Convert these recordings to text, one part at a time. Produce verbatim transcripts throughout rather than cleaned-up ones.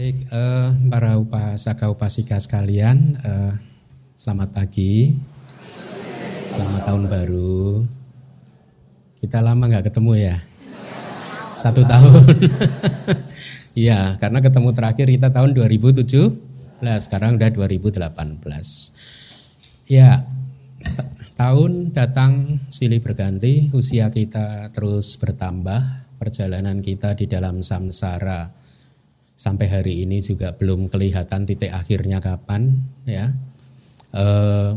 Baik, eh, para upasaka upasika sekalian, eh, selamat pagi, selamat tahun baru. Kita lama nggak ketemu ya, satu tahun. Iya, karena ketemu terakhir kita tahun dua ribu tujuh belas, sekarang udah dua ribu delapan belas. Ya, t- tahun datang silih berganti, usia kita terus bertambah, perjalanan kita di dalam samsara sampai hari ini juga belum kelihatan titik akhirnya kapan, ya. Eh,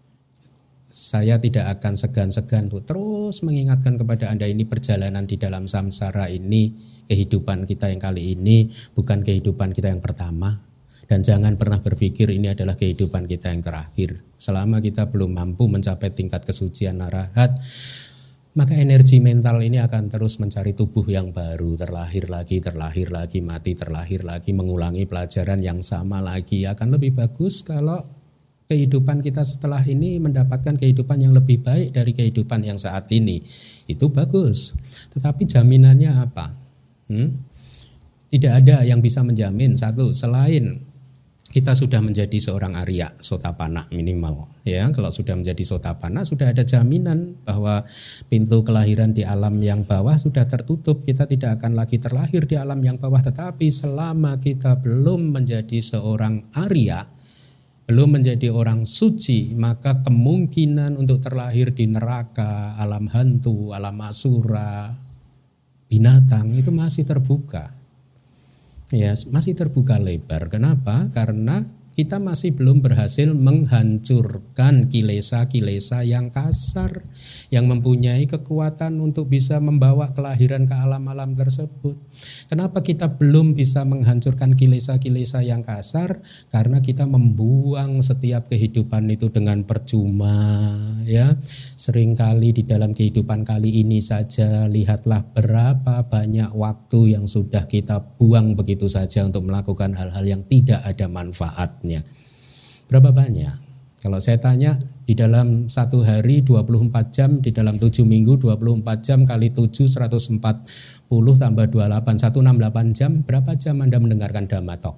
saya tidak akan segan-segan untuk terus mengingatkan kepada Anda, ini perjalanan di dalam samsara ini, kehidupan kita yang kali ini bukan kehidupan kita yang pertama, dan jangan pernah berpikir ini adalah kehidupan kita yang terakhir. Selama kita belum mampu mencapai tingkat kesucian arahat, maka energi mental ini akan terus mencari tubuh yang baru, terlahir lagi, terlahir lagi, mati, terlahir lagi, mengulangi pelajaran yang sama lagi. Akan lebih bagus kalau kehidupan kita setelah ini mendapatkan kehidupan yang lebih baik dari kehidupan yang saat ini. Itu bagus. Tetapi jaminannya apa? Hmm? Tidak ada yang bisa menjamin, satu, selain kita sudah menjadi seorang Arya Sotapanna minimal, ya. Kalau sudah menjadi Sotapanna sudah ada jaminan bahwa pintu kelahiran di alam yang bawah sudah tertutup. Kita tidak akan lagi terlahir di alam yang bawah. Tetapi selama kita belum menjadi seorang Arya, belum menjadi orang suci, maka kemungkinan untuk terlahir di neraka, alam hantu, alam asura, binatang itu masih terbuka. Ya, masih terbuka lebar. Kenapa? Karena kita masih belum berhasil menghancurkan kilesa-kilesa yang kasar, yang mempunyai kekuatan untuk bisa membawa kelahiran ke alam-alam tersebut. Kenapa kita belum bisa menghancurkan kilesa-kilesa yang kasar? Karena kita membuang setiap kehidupan itu dengan percuma, ya. Seringkali di dalam kehidupan kali ini saja, lihatlah berapa banyak waktu yang sudah kita buang begitu saja untuk melakukan hal-hal yang tidak ada manfaatnya. Berapa banyak? Kalau saya tanya, di dalam satu hari dua puluh empat jam, di dalam tujuh minggu dua puluh empat jam kali tujuh, seratus empat puluh tambah dua puluh delapan, seratus enam puluh delapan jam, berapa jam Anda mendengarkan Dhamma Talk?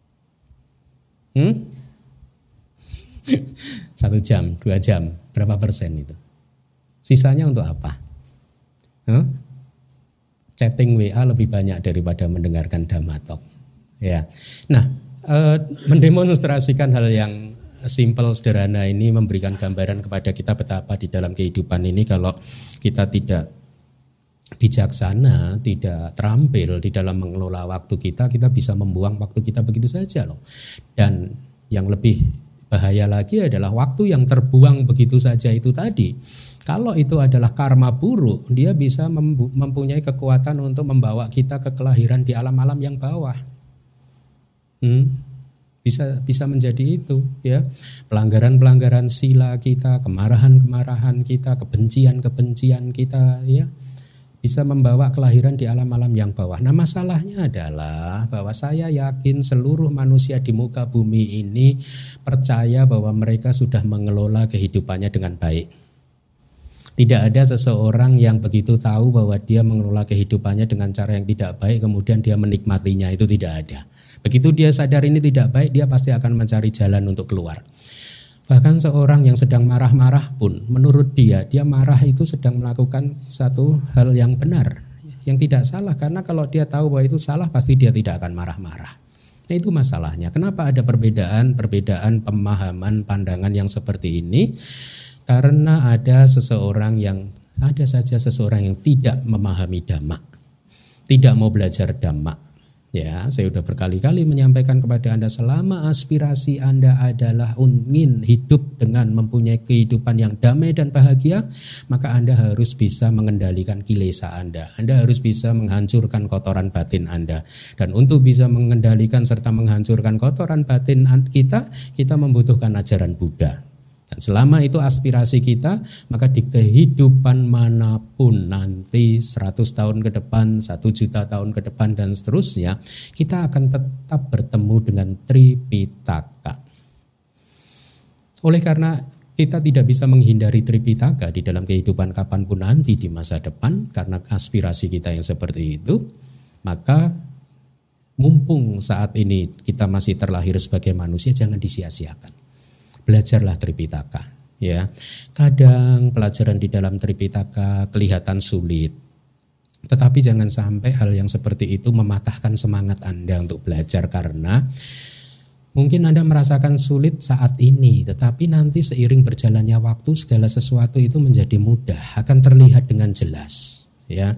Hmm? Satu jam, dua jam, berapa persen itu? Sisanya untuk apa? Huh? Chatting W A lebih banyak daripada mendengarkan Dhamma Talk. Ya. Nah, eh, mendemonstrasikan hal yang simple, sederhana ini memberikan gambaran kepada kita betapa di dalam kehidupan ini kalau kita tidak bijaksana, tidak terampil di dalam mengelola waktu kita, kita bisa membuang waktu kita begitu saja loh. Dan yang lebih bahaya lagi adalah waktu yang terbuang begitu saja itu tadi. Kalau itu adalah karma buruk, dia bisa mempunyai kekuatan untuk membawa kita ke kelahiran di alam-alam yang bawah. Hmm, bisa bisa menjadi itu, ya. Pelanggaran-pelanggaran sila kita, kemarahan-kemarahan kita, kebencian-kebencian kita, ya, bisa membawa kelahiran di alam-alam yang bawah. Nah, masalahnya adalah bahwa saya yakin seluruh manusia di muka bumi ini percaya bahwa mereka sudah mengelola kehidupannya dengan baik. Tidak ada seseorang yang begitu tahu bahwa dia mengelola kehidupannya dengan cara yang tidak baik kemudian dia menikmatinya, itu tidak ada. Begitu dia sadar ini tidak baik, dia pasti akan mencari jalan untuk keluar. Bahkan seorang yang sedang marah-marah pun, menurut dia, dia marah itu sedang melakukan satu hal yang benar, yang tidak salah. Karena kalau dia tahu bahwa itu salah, pasti dia tidak akan marah-marah. Nah, itu masalahnya. Kenapa ada perbedaan-perbedaan pemahaman, pandangan yang seperti ini? Karena ada seseorang yang, ada saja seseorang yang tidak memahami Dhamma, tidak mau belajar Dhamma. Ya, saya sudah berkali-kali menyampaikan kepada Anda, selama aspirasi Anda adalah ingin hidup dengan mempunyai kehidupan yang damai dan bahagia, maka Anda harus bisa mengendalikan kilesa Anda. Anda harus bisa menghancurkan kotoran batin Anda. Dan untuk bisa mengendalikan serta menghancurkan kotoran batin kita, kita membutuhkan ajaran Buddha. Dan selama itu aspirasi kita, maka di kehidupan manapun nanti seratus tahun ke depan, satu juta tahun ke depan dan seterusnya, kita akan tetap bertemu dengan Tripitaka. Oleh karena kita tidak bisa menghindari Tripitaka di dalam kehidupan kapanpun nanti di masa depan, karena aspirasi kita yang seperti itu, maka mumpung saat ini kita masih terlahir sebagai manusia, jangan disia-siakan. Belajarlah Tripitaka, ya. Kadang pelajaran di dalam Tripitaka kelihatan sulit, tetapi jangan sampai hal yang seperti itu mematahkan semangat Anda untuk belajar, karena mungkin Anda merasakan sulit saat ini, tetapi nanti seiring berjalannya waktu segala sesuatu itu menjadi mudah, akan terlihat dengan jelas, ya.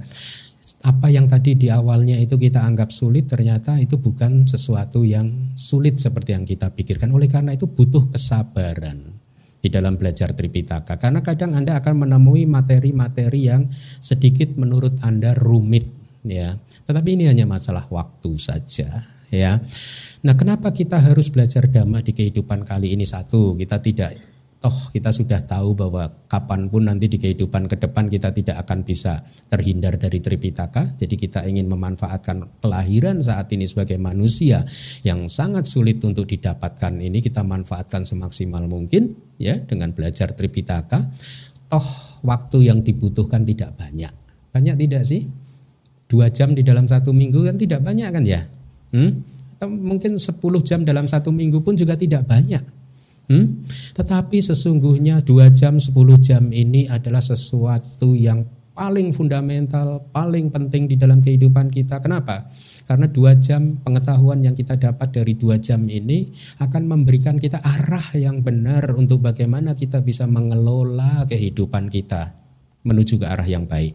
Apa yang tadi di awalnya itu kita anggap sulit, ternyata itu bukan sesuatu yang sulit seperti yang kita pikirkan. Oleh karena itu butuh kesabaran di dalam belajar Tripitaka, karena kadang Anda akan menemui materi-materi yang sedikit menurut Anda rumit, ya. Tetapi ini hanya masalah waktu saja, ya. Nah, kenapa kita harus belajar Dhamma di kehidupan kali ini? Satu, kita tidak, toh kita sudah tahu bahwa kapanpun nanti di kehidupan ke depan kita tidak akan bisa terhindar dari Tripitaka. Jadi kita ingin memanfaatkan kelahiran saat ini sebagai manusia yang sangat sulit untuk didapatkan ini, kita manfaatkan semaksimal mungkin, ya, dengan belajar Tripitaka. Toh waktu yang dibutuhkan tidak banyak. Banyak tidak sih? Dua jam di dalam satu minggu kan tidak banyak kan ya? Hmm? Atau mungkin sepuluh jam dalam satu minggu pun juga tidak banyak. Hmm? Tetapi sesungguhnya dua jam, sepuluh jam ini adalah sesuatu yang paling fundamental, paling penting di dalam kehidupan kita. Kenapa? Karena dua jam pengetahuan yang kita dapat dari dua jam ini akan memberikan kita arah yang benar untuk bagaimana kita bisa mengelola kehidupan kita menuju ke arah yang baik.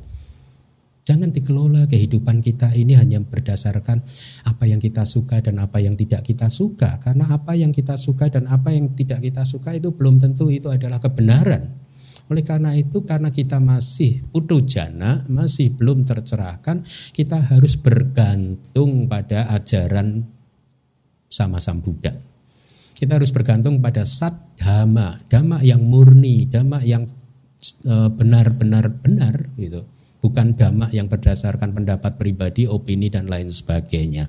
Jangan dikelola kehidupan kita ini hanya berdasarkan apa yang kita suka dan apa yang tidak kita suka. Karena apa yang kita suka dan apa yang tidak kita suka itu belum tentu itu adalah kebenaran. Oleh karena itu, karena kita masih putu jana, masih belum tercerahkan, kita harus bergantung pada ajaran sama Sang Buddha. Kita harus bergantung pada Sat Dhamma, Dhamma yang murni, Dhamma yang benar-benar benar gitu. Bukan dhamma yang berdasarkan pendapat pribadi, opini dan lain sebagainya.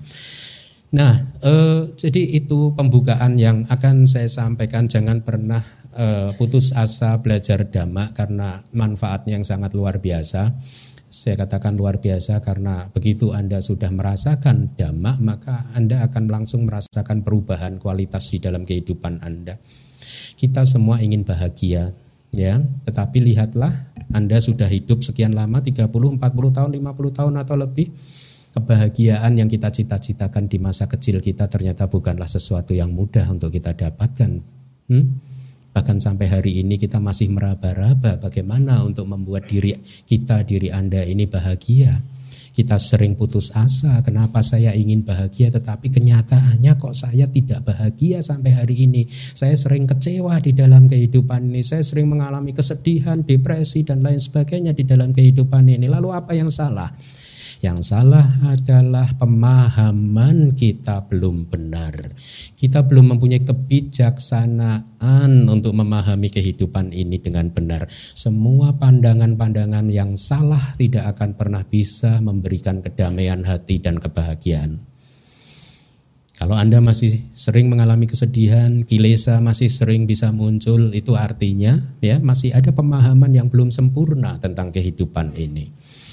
Nah, eh, jadi itu pembukaan yang akan saya sampaikan. Jangan pernah eh, putus asa belajar dhamma karena manfaatnya yang sangat luar biasa. Saya katakan luar biasa karena begitu Anda sudah merasakan dhamma, maka Anda akan langsung merasakan perubahan kualitas di dalam kehidupan Anda. Kita semua ingin bahagia, ya, tetapi lihatlah Anda sudah hidup sekian lama, tiga puluh, empat puluh tahun, lima puluh tahun atau lebih. Kebahagiaan yang kita cita-citakan di masa kecil kita ternyata bukanlah sesuatu yang mudah untuk kita dapatkan. hmm? Bahkan sampai hari ini kita masih meraba-raba bagaimana untuk membuat diri kita, diri Anda ini bahagia. Kita sering putus asa, kenapa saya ingin bahagia tetapi kenyataannya kok saya tidak bahagia sampai hari ini. Saya sering kecewa di dalam kehidupan ini, saya sering mengalami kesedihan, depresi dan lain sebagainya di dalam kehidupan ini. Lalu apa yang salah? Yang salah adalah pemahaman kita belum benar. Kita belum mempunyai kebijaksanaan untuk memahami kehidupan ini dengan benar. Semua pandangan-pandangan yang salah tidak akan pernah bisa memberikan kedamaian hati dan kebahagiaan. Kalau Anda masih sering mengalami kesedihan, kilesa masih sering bisa muncul, itu artinya ya masih ada pemahaman yang belum sempurna tentang kehidupan ini.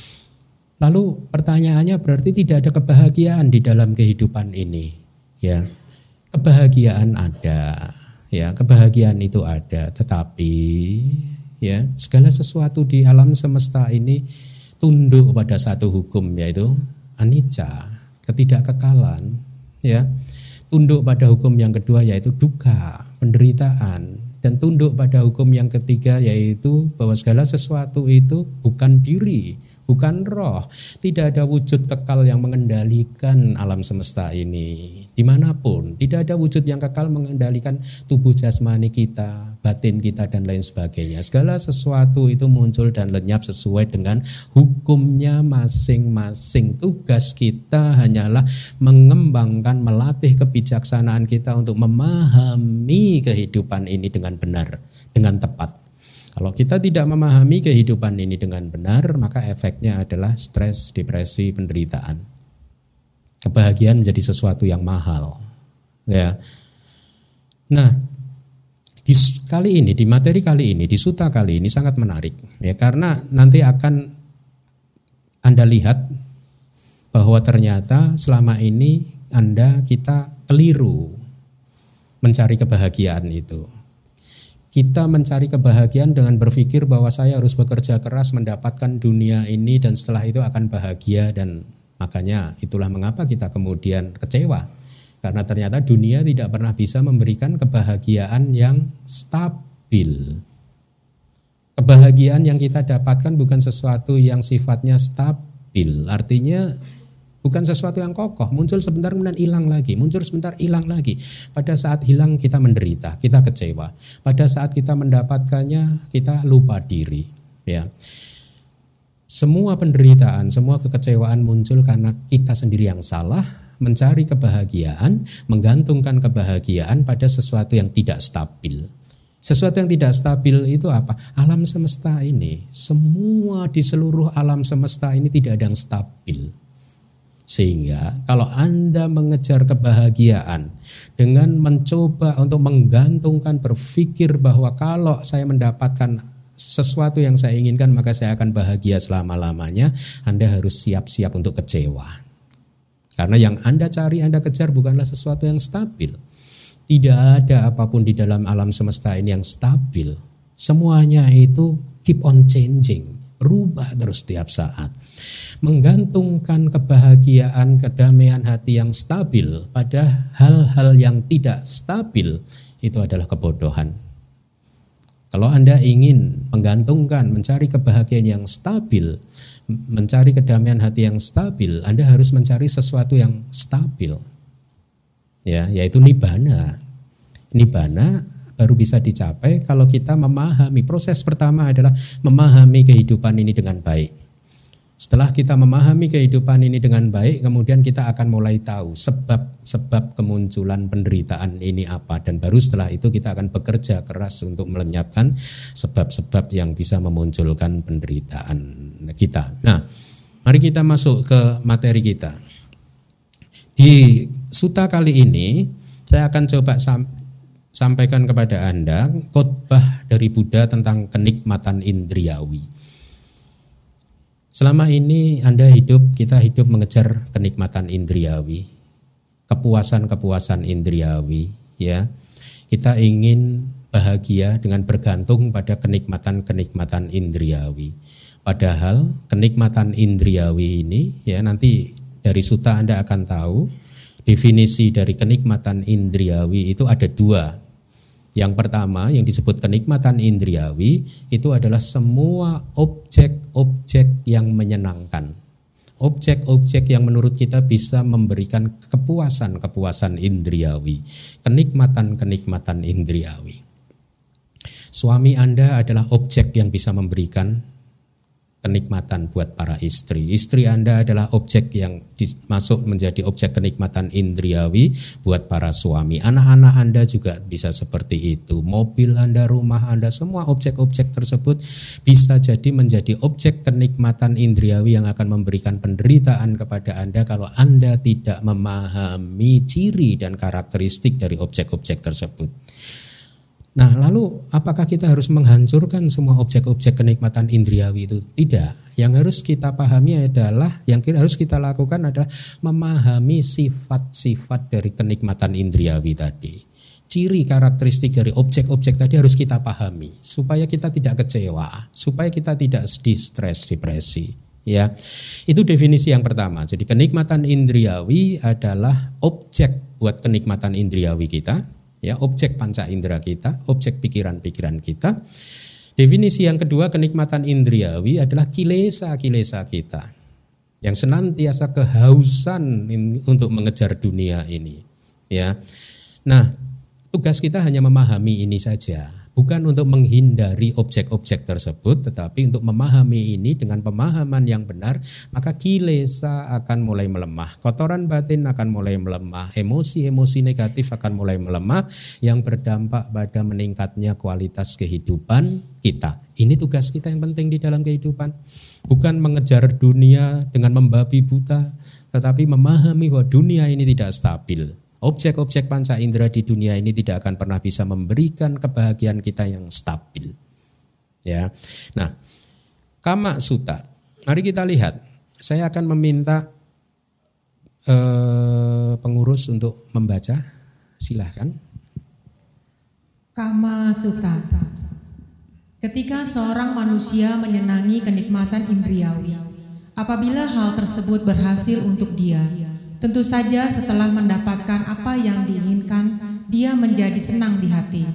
Lalu pertanyaannya berarti tidak ada kebahagiaan di dalam kehidupan ini, ya. Kebahagiaan ada, ya, kebahagiaan itu ada, tetapi ya segala sesuatu di alam semesta ini tunduk pada satu hukum, yaitu anicca, ketidakkekalan, ya. Tunduk pada hukum yang kedua yaitu dukkha, penderitaan, dan tunduk pada hukum yang ketiga yaitu bahwa segala sesuatu itu bukan diri, bukan roh. Tidak ada wujud kekal yang mengendalikan alam semesta ini. Dimanapun, tidak ada wujud yang kekal mengendalikan tubuh jasmani kita, batin kita dan lain sebagainya. Segala sesuatu itu muncul dan lenyap sesuai dengan hukumnya masing-masing. Tugas kita hanyalah mengembangkan, melatih kebijaksanaan kita untuk memahami kehidupan ini dengan benar, dengan tepat. Kalau kita tidak memahami kehidupan ini dengan benar, maka efeknya adalah stres, depresi, penderitaan. Kebahagiaan menjadi sesuatu yang mahal. Ya. Nah, di kali ini, di materi kali ini, di sutta kali ini sangat menarik. Ya, karena nanti akan Anda lihat bahwa ternyata selama ini Anda, kita keliru mencari kebahagiaan itu. Kita mencari kebahagiaan dengan berpikir bahwa saya harus bekerja keras mendapatkan dunia ini dan setelah itu akan bahagia, dan makanya itulah mengapa kita kemudian kecewa. Karena ternyata dunia tidak pernah bisa memberikan kebahagiaan yang stabil. Kebahagiaan yang kita dapatkan bukan sesuatu yang sifatnya stabil. Artinya bukan sesuatu yang kokoh, muncul sebentar kemudian hilang lagi, muncul sebentar hilang lagi. Pada saat hilang kita menderita, kita kecewa. Pada saat kita mendapatkannya kita lupa diri. Ya, semua penderitaan, semua kekecewaan muncul karena kita sendiri yang salah mencari kebahagiaan, menggantungkan kebahagiaan pada sesuatu yang tidak stabil. Sesuatu yang tidak stabil itu apa? Alam semesta ini, semua di seluruh alam semesta ini tidak ada yang stabil. Sehingga kalau Anda mengejar kebahagiaan dengan mencoba untuk menggantungkan, berpikir bahwa kalau saya mendapatkan sesuatu yang saya inginkan maka saya akan bahagia selama-lamanya, Anda harus siap-siap untuk kecewa. Karena yang Anda cari, Anda kejar bukanlah sesuatu yang stabil. Tidak ada apapun di dalam alam semesta ini yang stabil. Semuanya itu keep on changing, berubah terus setiap saat. Menggantungkan kebahagiaan, kedamaian hati yang stabil pada hal-hal yang tidak stabil itu adalah kebodohan. Kalau Anda ingin menggantungkan, mencari kebahagiaan yang stabil, mencari kedamaian hati yang stabil, Anda harus mencari sesuatu yang stabil. Ya, yaitu nibbana. Nibbana baru bisa dicapai kalau kita memahami. Proses pertama adalah memahami kehidupan ini dengan baik. Setelah kita memahami kehidupan ini dengan baik, kemudian kita akan mulai tahu sebab-sebab kemunculan penderitaan ini apa. Dan baru setelah itu kita akan bekerja keras untuk melenyapkan sebab-sebab yang bisa memunculkan penderitaan kita. Nah, mari kita masuk ke materi kita. Di sutta kali ini, saya akan coba sam- sampaikan kepada Anda khotbah dari Buddha tentang kenikmatan indriawi. Selama ini Anda hidup, kita hidup mengejar kenikmatan indriawi, kepuasan-kepuasan indriawi, ya. Kita ingin bahagia dengan bergantung pada kenikmatan-kenikmatan indriawi. Padahal kenikmatan indriawi ini, ya, nanti dari sutta Anda akan tahu definisi dari kenikmatan indriawi itu ada dua. Yang pertama yang disebut kenikmatan indriawi itu adalah semua objek-objek yang menyenangkan. Objek-objek yang menurut kita bisa memberikan kepuasan-kepuasan indriawi, kenikmatan-kenikmatan indriawi. Suami Anda adalah objek yang bisa memberikan kenikmatan buat para istri. Istri Anda adalah objek yang masuk menjadi objek kenikmatan indriawi buat para suami. Anak-anak Anda juga bisa seperti itu. Mobil Anda, rumah Anda, semua objek-objek tersebut bisa jadi menjadi objek kenikmatan indriawi yang akan memberikan penderitaan kepada Anda kalau Anda tidak memahami ciri dan karakteristik dari objek-objek tersebut. Nah, lalu apakah kita harus menghancurkan semua objek-objek kenikmatan indriawi itu? Tidak. Yang harus kita pahami adalah, yang harus kita lakukan adalah memahami sifat-sifat dari kenikmatan indriawi tadi. Ciri karakteristik dari objek-objek tadi harus kita pahami supaya kita tidak kecewa, supaya kita tidak sedih, stres, depresi. Ya, itu definisi yang pertama. Jadi kenikmatan indriawi adalah objek buat kenikmatan indriawi kita. Ya, objek panca indera kita, objek pikiran-pikiran kita. Definisi yang kedua, kenikmatan indriawi adalah kilesa-kilesa kita yang senantiasa kehausan untuk mengejar dunia ini. Ya, nah tugas kita hanya memahami ini saja. Bukan untuk menghindari objek-objek tersebut, tetapi untuk memahami ini dengan pemahaman yang benar, maka kilesa akan mulai melemah, kotoran batin akan mulai melemah, emosi-emosi negatif akan mulai melemah, yang berdampak pada meningkatnya kualitas kehidupan kita. Ini tugas kita yang penting di dalam kehidupan. Bukan mengejar dunia dengan membabi buta, tetapi memahami bahwa dunia ini tidak stabil. Objek-objek panca indera di dunia ini tidak akan pernah bisa memberikan kebahagiaan kita yang stabil. Ya. Nah, Kama Sutta. Mari kita lihat. Saya akan meminta eh, pengurus untuk membaca, silahkan. Kama Sutta. Ketika seorang manusia menyenangi kenikmatan indriawi, apabila hal tersebut berhasil untuk dia, tentu saja setelah mendapatkan apa yang diinginkan, dia menjadi senang di hati.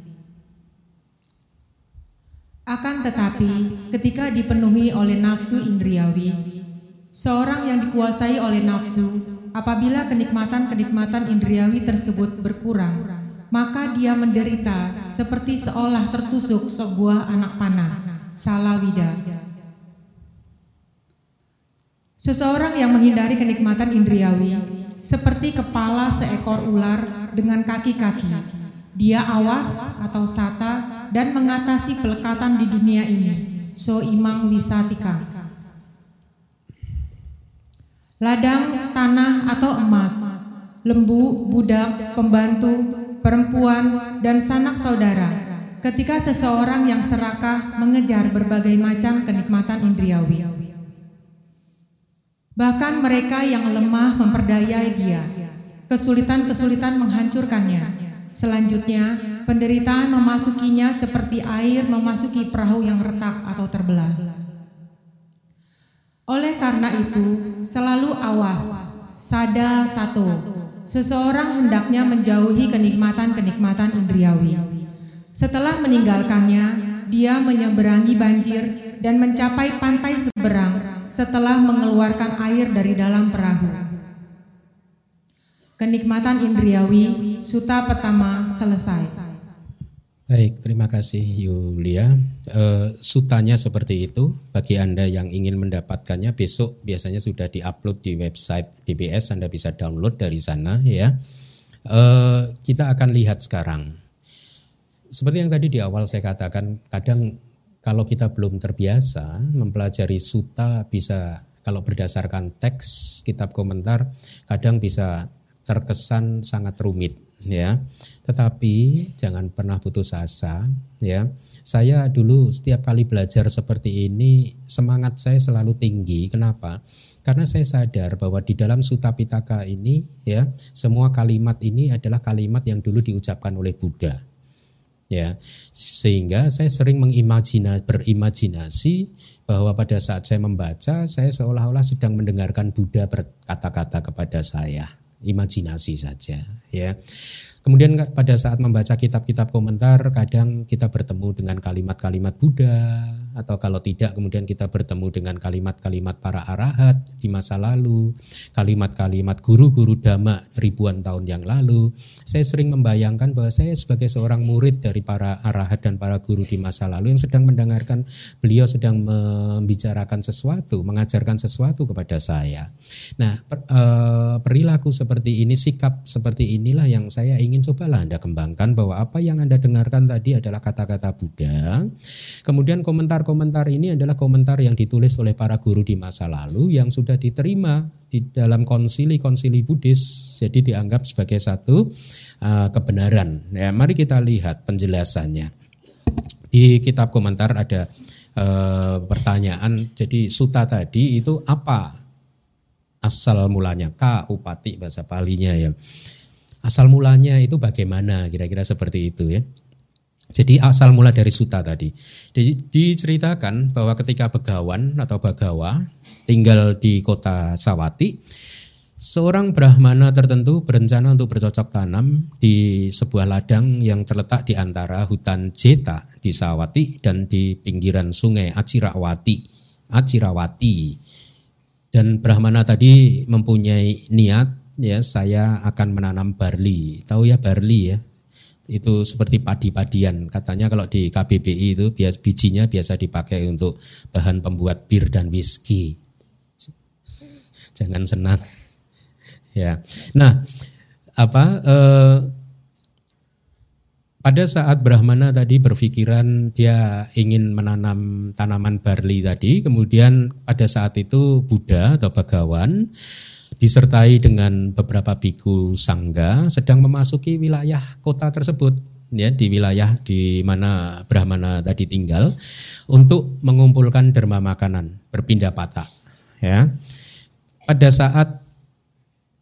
Akan tetapi, ketika dipenuhi oleh nafsu indriawi, seorang yang dikuasai oleh nafsu, apabila kenikmatan-kenikmatan indriawi tersebut berkurang, maka dia menderita seperti seolah tertusuk sebuah anak panah, salawida. Seseorang yang menghindari kenikmatan indriawi, seperti kepala seekor ular dengan kaki-kaki. Dia awas atau sata dan mengatasi pelekatan di dunia ini. So imang wisatika. Ladang, tanah atau emas, lembu, budak, pembantu, perempuan, dan sanak saudara, ketika seseorang yang serakah mengejar berbagai macam kenikmatan indriawi. Bahkan mereka yang lemah memperdayai dia, kesulitan-kesulitan menghancurkannya. Selanjutnya, penderitaan memasukinya seperti air memasuki perahu yang retak atau terbelah. Oleh karena itu, selalu awas, sada sato. Seseorang hendaknya menjauhi kenikmatan-kenikmatan indriawi. Setelah meninggalkannya, dia menyeberangi banjir dan mencapai pantai seberang setelah mengeluarkan air dari dalam perahu. Kenikmatan indriawi, Sutta pertama selesai. Baik, terima kasih Yulia. E, sutanya seperti itu. Bagi Anda yang ingin mendapatkannya, besok biasanya sudah diupload di website D B S. Anda bisa download dari sana ya. E, kita akan lihat sekarang. Seperti yang tadi di awal saya katakan, kadang kalau kita belum terbiasa mempelajari sutta, bisa kalau berdasarkan teks, kitab komentar, kadang bisa terkesan sangat rumit ya. Tetapi jangan pernah putus asa ya. Saya dulu setiap kali belajar seperti ini semangat saya selalu tinggi. Kenapa? Karena saya sadar bahwa di dalam Sutta Pitaka ini ya, semua kalimat ini adalah kalimat yang dulu diucapkan oleh Buddha. Ya, sehingga saya sering mengimajina, berimajinasi bahwa pada saat saya membaca, saya seolah-olah sedang mendengarkan Buddha berkata-kata kepada saya. Imajinasi saja ya. Kemudian pada saat membaca kitab-kitab komentar, kadang kita bertemu dengan kalimat-kalimat Buddha, atau kalau tidak kemudian kita bertemu dengan kalimat-kalimat para arahat di masa lalu, kalimat-kalimat guru-guru Dhamma ribuan tahun yang lalu. Saya sering membayangkan bahwa saya sebagai seorang murid dari para arahat dan para guru di masa lalu yang sedang mendengarkan beliau sedang membicarakan sesuatu, mengajarkan sesuatu kepada saya. Nah, per, eh, perilaku seperti ini, sikap seperti inilah yang saya ingin cobalah Anda kembangkan, bahwa apa yang Anda dengarkan tadi adalah kata-kata Buddha. Kemudian komentar-komentar ini adalah komentar yang ditulis oleh para guru di masa lalu yang sudah diterima di dalam konsili-konsili Buddhis, jadi dianggap sebagai satu uh, kebenaran. Ya, mari kita lihat penjelasannya. Di kitab komentar ada uh, pertanyaan, jadi sutta tadi itu apa asal mulanya? Ka upati bahasa Palinya ya. Asal mulanya itu bagaimana, kira-kira seperti itu ya. Jadi asal mula dari sutta tadi. Di, diceritakan bahwa ketika Begawan atau Bagawa tinggal di kota Sawati, seorang Brahmana tertentu berencana untuk bercocok tanam di sebuah ladang yang terletak di antara hutan Jeta di Sawati dan di pinggiran sungai Acirawati. Acirawati. Dan Brahmana tadi mempunyai niat, ya, saya akan menanam barley. Tahu ya barley ya? Itu seperti padi-padian. Katanya kalau di K B B I itu bias bijinya biasa dipakai untuk bahan pembuat bir dan whisky. Jangan senang. Ya. Nah, apa eh, pada saat Brahmana tadi berpikiran dia ingin menanam tanaman barley tadi, kemudian pada saat itu Buddha atau Bagawan disertai dengan beberapa biku sangga sedang memasuki wilayah kota tersebut, ya, di wilayah di mana Brahmana tadi tinggal, untuk mengumpulkan derma makanan, berpindah patah. Ya. Pada saat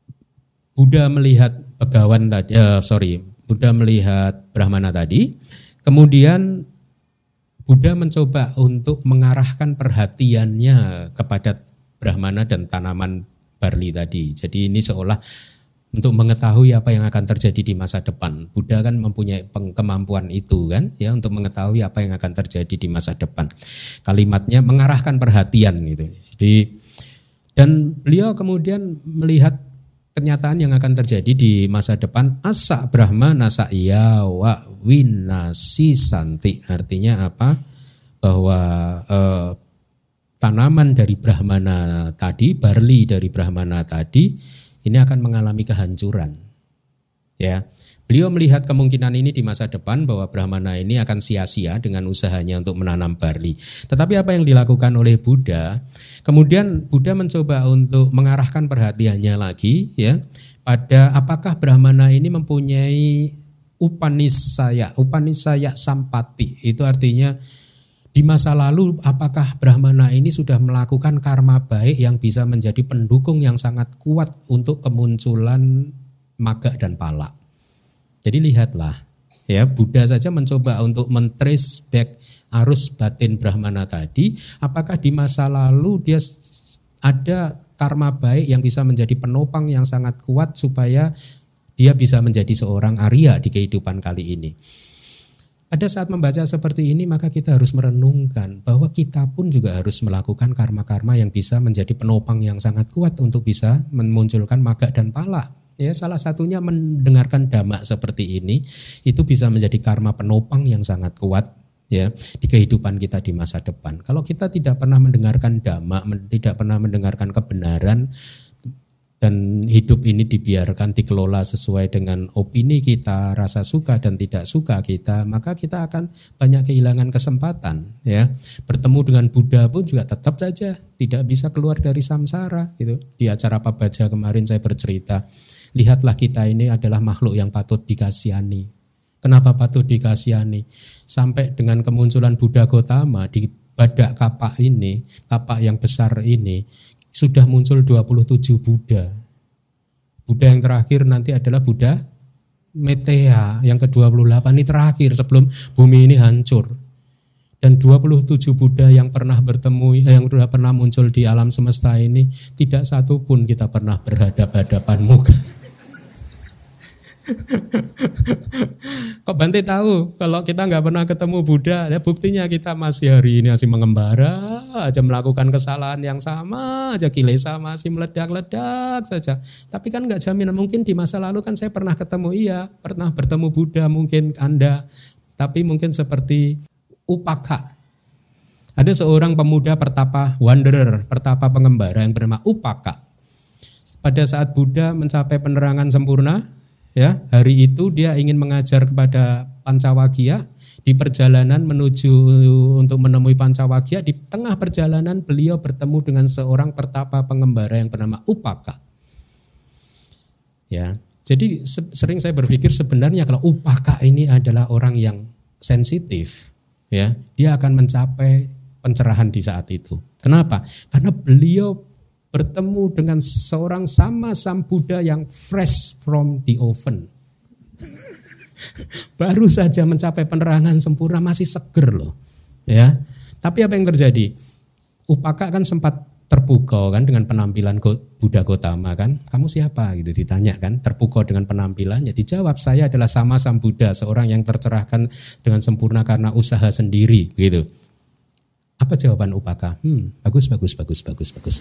Buddha melihat Begawan tadi, eh, sorry, Buddha melihat Brahmana tadi, kemudian Buddha mencoba untuk mengarahkan perhatiannya kepada Brahmana dan tanaman barli tadi. Jadi ini seolah untuk mengetahui apa yang akan terjadi di masa depan. Buddha kan mempunyai kemampuan itu kan, ya, untuk mengetahui apa yang akan terjadi di masa depan. Kalimatnya mengarahkan perhatian gitu. Jadi dan beliau kemudian melihat kenyataan yang akan terjadi di masa depan. Asa Brahmana saya wa winasi santi. Artinya apa? Bahwa eh, tanaman dari Brahmana tadi, barli dari Brahmana tadi, ini akan mengalami kehancuran. Ya, beliau melihat kemungkinan ini di masa depan bahwa Brahmana ini akan sia-sia dengan usahanya untuk menanam barli. Tetapi apa yang dilakukan oleh Buddha? Kemudian Buddha mencoba untuk mengarahkan perhatiannya lagi, ya, pada apakah Brahmana ini mempunyai upanisaya, upanisaya sampati. Itu artinya di masa lalu apakah Brahmana ini sudah melakukan karma baik yang bisa menjadi pendukung yang sangat kuat untuk kemunculan magga dan pala. Jadi lihatlah, ya, Buddha saja mencoba untuk men-trace back arus batin Brahmana tadi, apakah di masa lalu dia ada karma baik yang bisa menjadi penopang yang sangat kuat supaya dia bisa menjadi seorang Arya di kehidupan kali ini. Pada saat membaca seperti ini maka kita harus merenungkan bahwa kita pun juga harus melakukan karma-karma yang bisa menjadi penopang yang sangat kuat untuk bisa memunculkan magga dan pala. Ya, salah satunya mendengarkan dhamma seperti ini itu bisa menjadi karma penopang yang sangat kuat, ya, di kehidupan kita di masa depan. Kalau kita tidak pernah mendengarkan dhamma, tidak pernah mendengarkan kebenaran, dan hidup ini dibiarkan dikelola sesuai dengan opini kita, rasa suka dan tidak suka kita, maka kita akan banyak kehilangan kesempatan, ya. Bertemu dengan Buddha pun juga tetap saja tidak bisa keluar dari samsara gitu. Di acara Pabaja kemarin saya bercerita, lihatlah kita ini adalah makhluk yang patut dikasihani. Kenapa patut dikasihani? Sampai dengan kemunculan Buddha Gautama di badak kapak ini, kapak yang besar ini, sudah muncul dua puluh tujuh Buddha. Buddha yang terakhir nanti adalah Buddha Meteha yang ke dua puluh delapan, ini terakhir sebelum bumi ini hancur. Dan dua puluh tujuh Buddha yang pernah bertemu, yang sudah pernah muncul di alam semesta ini, tidak satu pun kita pernah berhadap-hadapan muka. Kok Bante tahu kalau kita nggak pernah ketemu Buddha? Ya buktinya kita masih hari ini masih mengembara aja, melakukan kesalahan yang sama aja, kilesa masih meledak-ledak saja. Tapi kan nggak jaminan, mungkin di masa lalu kan saya pernah ketemu, iya pernah bertemu Buddha mungkin Anda, tapi mungkin seperti Upaka. Ada seorang pemuda pertapa wanderer, pertapa pengembara yang bernama Upaka. Pada saat Buddha mencapai penerangan sempurna, ya, hari itu dia ingin mengajar kepada Pancawagya. Di perjalanan menuju untuk menemui Pancawagya, di tengah perjalanan beliau bertemu dengan seorang pertapa pengembara yang bernama Upaka. Ya, jadi sering saya berpikir sebenarnya kalau Upaka ini adalah orang yang sensitif, ya, dia akan mencapai pencerahan di saat itu. Kenapa? Karena beliau bertemu dengan seorang sama Sam Buddha yang fresh from the oven. Baru saja mencapai penerangan sempurna, masih seger loh. Ya. Tapi apa yang terjadi? Upaka kan sempat terpukau kan dengan penampilan Buddha Gautama kan. Kamu siapa gitu ditanya kan, terpukau dengan penampilannya. Dijawab, saya adalah sama Sam Buddha, seorang yang tercerahkan dengan sempurna karena usaha sendiri gitu. Apa jawaban Upaka? Hmm, bagus, bagus, bagus, bagus, bagus.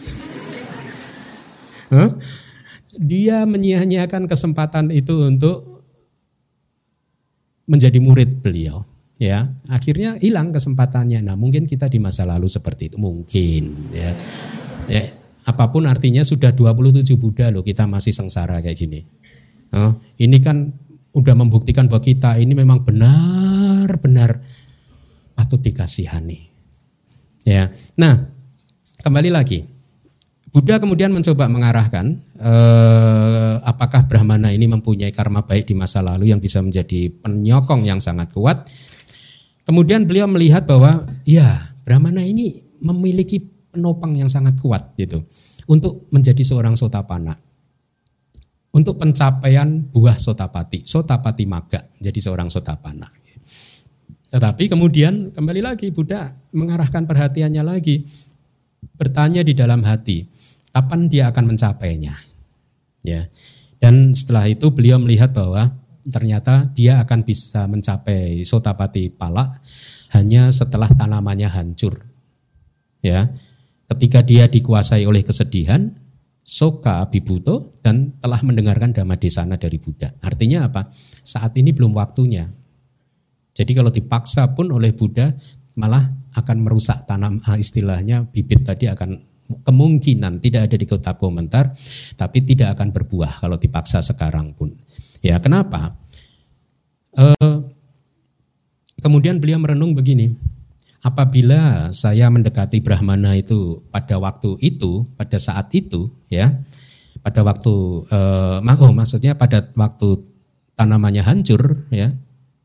huh? Dia menyia-nyiakan kesempatan itu untuk menjadi murid beliau. Ya, akhirnya hilang kesempatannya. Nah, mungkin kita di masa lalu seperti itu, mungkin. Ya, ya apapun artinya sudah dua puluh tujuh Buddha loh, kita masih sengsara kayak gini. Oh, ini kan udah membuktikan bahwa kita ini memang benar-benar patut dikasihani. Ya, nah kembali lagi, Buddha kemudian mencoba mengarahkan eh, apakah Brahmana ini mempunyai karma baik di masa lalu yang bisa menjadi penyokong yang sangat kuat. Kemudian beliau melihat bahwa ya Brahmana ini memiliki penopang yang sangat kuat gitu untuk menjadi seorang Sotapanna. untuk pencapaian buah sotapati, sotapati maga, jadi seorang sotapana. Tetapi kemudian kembali lagi Buddha mengarahkan perhatiannya lagi, bertanya di dalam hati, kapan dia akan mencapainya? Ya. Dan setelah itu beliau melihat bahwa ternyata dia akan bisa mencapai sotapati pala hanya setelah tanamannya hancur. Ya. Ketika dia dikuasai oleh kesedihan, soka abhibuto, dan telah mendengarkan Dhammadesana dari Buddha. Artinya apa? Saat ini belum waktunya. Jadi kalau dipaksa pun oleh Buddha malah akan merusak tanam, istilahnya bibit tadi akan kemungkinan tidak ada di kitab komentar, tapi tidak akan berbuah kalau dipaksa sekarang pun. Ya kenapa? E, kemudian beliau merenung begini, apabila saya mendekati Brahmana itu pada waktu itu, pada saat itu, ya, pada waktu, e, oh, maksudnya pada waktu tanamannya hancur, ya.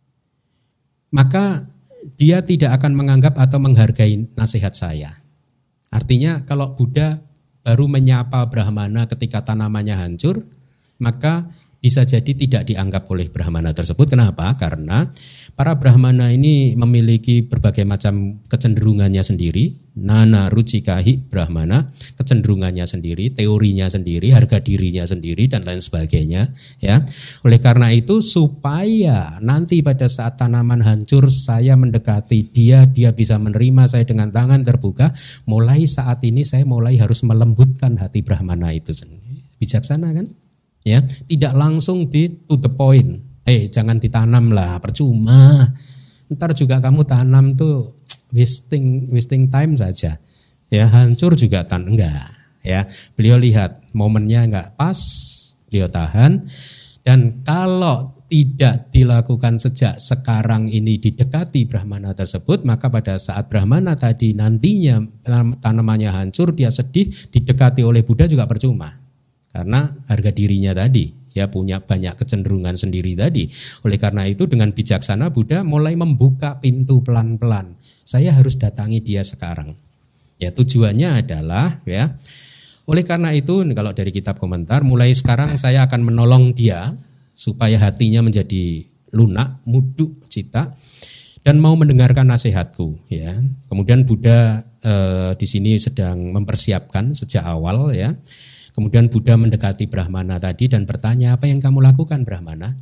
Maka dia tidak akan menganggap atau menghargai nasihat saya. Artinya kalau Buddha baru menyapa Brahmana ketika tanamannya hancur, maka bisa jadi tidak dianggap oleh Brahmana tersebut. Kenapa? Karena para Brahmana ini memiliki berbagai macam kecenderungannya sendiri, nana rucikahi Brahmana, kecenderungannya sendiri, teorinya sendiri, harga dirinya sendiri, dan lain sebagainya. Ya, oleh karena itu supaya nanti pada saat tanaman hancur saya mendekati dia, dia bisa menerima saya dengan tangan terbuka. Mulai saat ini saya mulai harus melembutkan hati Brahmana itu sendiri. Bijaksana kan? Ya, tidak langsung di to the point. Eh, jangan ditanam lah, percuma. Ntar juga kamu tanam tuh wasting wasting time saja. Ya, hancur juga kan enggak. Ya, beliau lihat momennya enggak pas, beliau tahan. Dan kalau tidak dilakukan sejak sekarang ini didekati Brahmana tersebut, maka pada saat Brahmana tadi nantinya tanamannya hancur, dia sedih, didekati oleh Buddha juga percuma. Karena harga dirinya tadi, ya punya banyak kecenderungan sendiri tadi. Oleh karena itu dengan bijaksana Buddha mulai membuka pintu pelan-pelan. Saya harus datangi dia sekarang. Ya tujuannya adalah ya. Oleh karena itu kalau dari kitab komentar, mulai sekarang saya akan menolong dia supaya hatinya menjadi lunak, muduk cita, dan mau mendengarkan nasihatku. Ya. Kemudian Buddha eh, di sini sedang mempersiapkan sejak awal ya. Kemudian Buddha mendekati Brahmana tadi dan bertanya, apa yang kamu lakukan Brahmana?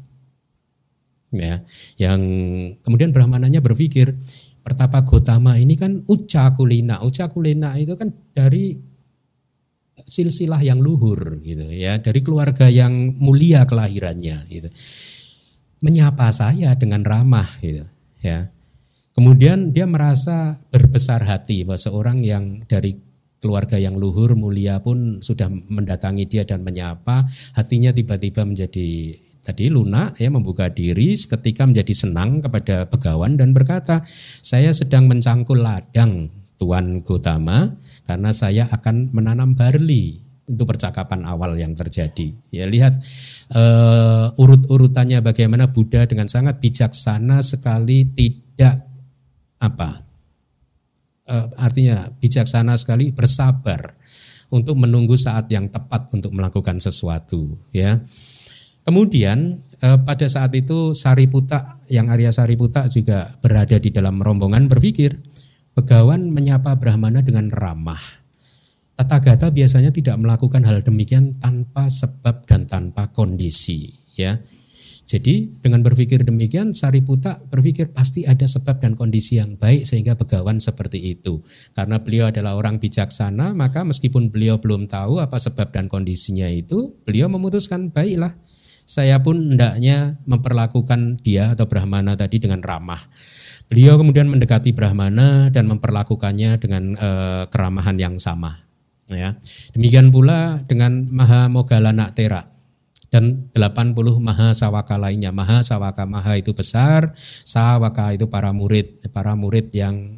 Ya, yang kemudian Brahmananya berpikir, Pertapa Gotama ini kan ucca kulina, ucca kulina itu kan dari silsilah yang luhur, gitu ya, dari keluarga yang mulia kelahirannya, gitu. Menyapa saya dengan ramah, gitu, ya. Kemudian dia merasa berbesar hati bahwa seorang yang dari keluarga yang luhur mulia pun sudah mendatangi dia dan menyapa, hatinya tiba-tiba menjadi tadi lunak ya, membuka diri, seketika menjadi senang kepada Begawan dan berkata, saya sedang mencangkul ladang Tuan Gotama karena saya akan menanam barley. Itu percakapan awal yang terjadi. Ya lihat uh, urut-urutannya bagaimana Buddha dengan sangat bijaksana sekali, tidak apa Uh, artinya bijaksana sekali, bersabar untuk menunggu saat yang tepat untuk melakukan sesuatu ya. Kemudian uh, pada saat itu Sariputta, yang Arya Sariputta juga berada di dalam rombongan, berpikir Begawan menyapa Brahmana dengan ramah. Tathagata biasanya tidak melakukan hal demikian tanpa sebab dan tanpa kondisi ya. Jadi dengan berpikir demikian Sariputta berpikir pasti ada sebab dan kondisi yang baik sehingga Begawan seperti itu. Karena beliau adalah orang bijaksana, maka meskipun beliau belum tahu apa sebab dan kondisinya itu, beliau memutuskan baiklah, saya pun hendaknya memperlakukan dia atau Brahmana tadi dengan ramah. Beliau kemudian mendekati Brahmana dan memperlakukannya dengan eh, keramahan yang sama. Ya. Demikian pula dengan Mahamoggallana Thera dan delapan puluh maha sawaka lainnya. Maha sawaka, maha itu besar, sawaka itu para murid, para murid yang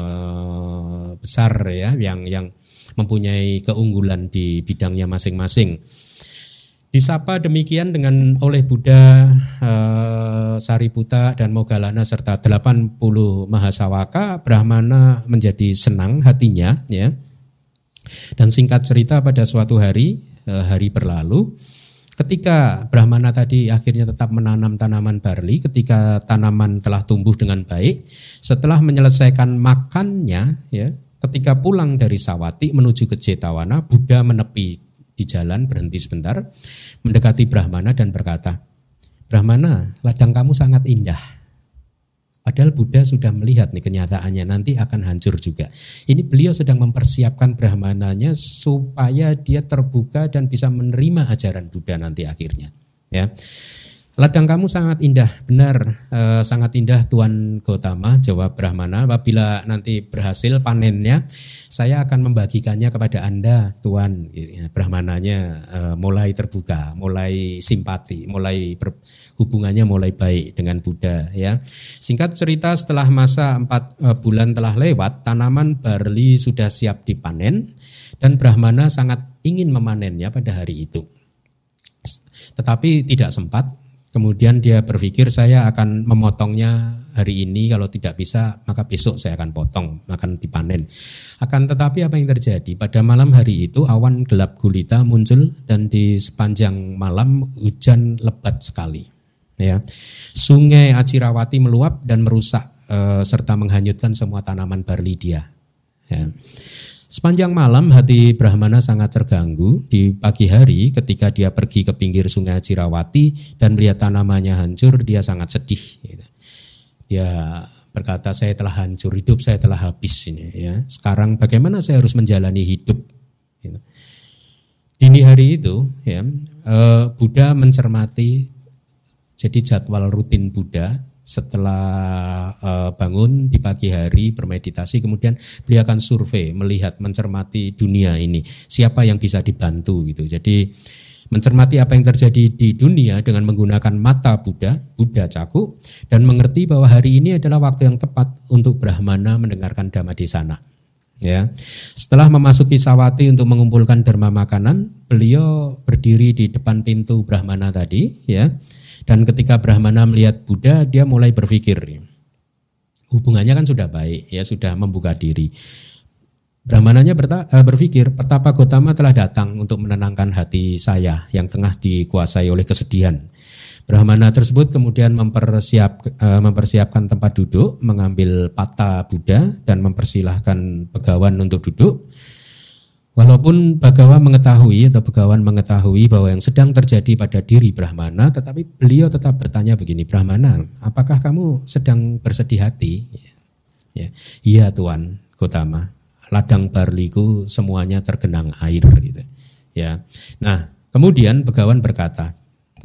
eh, besar ya, yang yang mempunyai keunggulan di bidangnya masing-masing. Disapa demikian dengan oleh Buddha, eh, Sariputta dan Moggallana serta delapan puluh mahasawaka, Brahmana menjadi senang hatinya ya. Dan singkat cerita pada suatu hari, eh, hari berlalu, Ketika Brahmana tadi akhirnya tetap menanam tanaman barli, ketika tanaman telah tumbuh dengan baik, setelah menyelesaikan makannya, ya, ketika pulang dari Sawati menuju ke Jetawana, Buddha menepi di jalan, berhenti sebentar, mendekati Brahmana dan berkata, Brahmana, ladang kamu sangat indah. Padahal Buddha sudah melihat nih kenyataannya nanti akan hancur juga. Ini beliau sedang mempersiapkan Brahmananya supaya dia terbuka dan bisa menerima ajaran Buddha nanti akhirnya. Ya, ladang kamu sangat indah, benar, eh, sangat indah Tuan Gotama, jawab Brahmana. Apabila nanti berhasil panennya, saya akan membagikannya kepada Anda, Tuan. Brahmananya eh, mulai terbuka, mulai simpati, mulai ber, hubungannya mulai baik dengan Buddha. Ya, singkat cerita, setelah masa empat eh, bulan telah lewat, tanaman barli sudah siap dipanen dan Brahmana sangat ingin memanennya pada hari itu. Tetapi tidak sempat. Kemudian dia berpikir, saya akan memotongnya hari ini, kalau tidak bisa maka besok saya akan potong, akan dipanen. Akan tetapi apa yang terjadi? Pada malam hari itu awan gelap gulita muncul dan di sepanjang malam hujan lebat sekali. Ya, sungai Acirawati meluap dan merusak e, serta menghanyutkan semua tanaman barli dia. Ya. Sepanjang malam hati Brahmana sangat terganggu. Di pagi hari ketika dia pergi ke pinggir sungai Acirawati dan melihat tanamannya hancur, dia sangat sedih. Dia berkata, saya telah hancur, hidup saya telah habis ini. Ya. Sekarang bagaimana saya harus menjalani hidup? Dini hari itu, ya, Buddha mencermati, jadi jadwal rutin Buddha. Setelah uh, bangun di pagi hari bermeditasi, kemudian beliau akan survei, melihat, mencermati dunia ini, siapa yang bisa dibantu gitu. Jadi mencermati apa yang terjadi di dunia dengan menggunakan mata Buddha, Buddha Caku, dan mengerti bahwa hari ini adalah waktu yang tepat untuk Brahmana mendengarkan Dhammadesana. Ya, setelah memasuki Sawati untuk mengumpulkan derma makanan, beliau berdiri di depan pintu Brahmana tadi, ya. Dan ketika Brahmana melihat Buddha, dia mulai berpikir, hubungannya kan sudah baik, ya, sudah membuka diri. Brahmananya berpikir, Pertapa Gotama telah datang untuk menenangkan hati saya yang tengah dikuasai oleh kesedihan. Brahmana tersebut kemudian mempersiap, mempersiapkan tempat duduk, mengambil pata Buddha dan mempersilahkan Begawan untuk duduk. Walaupun Bhagawan mengetahui atau Begawan mengetahui bahwa yang sedang terjadi pada diri Brahmana, tetapi beliau tetap bertanya begini, Brahmana, apakah kamu sedang bersedih hati? Ya, iya Tuan Gotama, ladang barliku semuanya tergenang air. Gitu. Ya, nah kemudian Begawan berkata,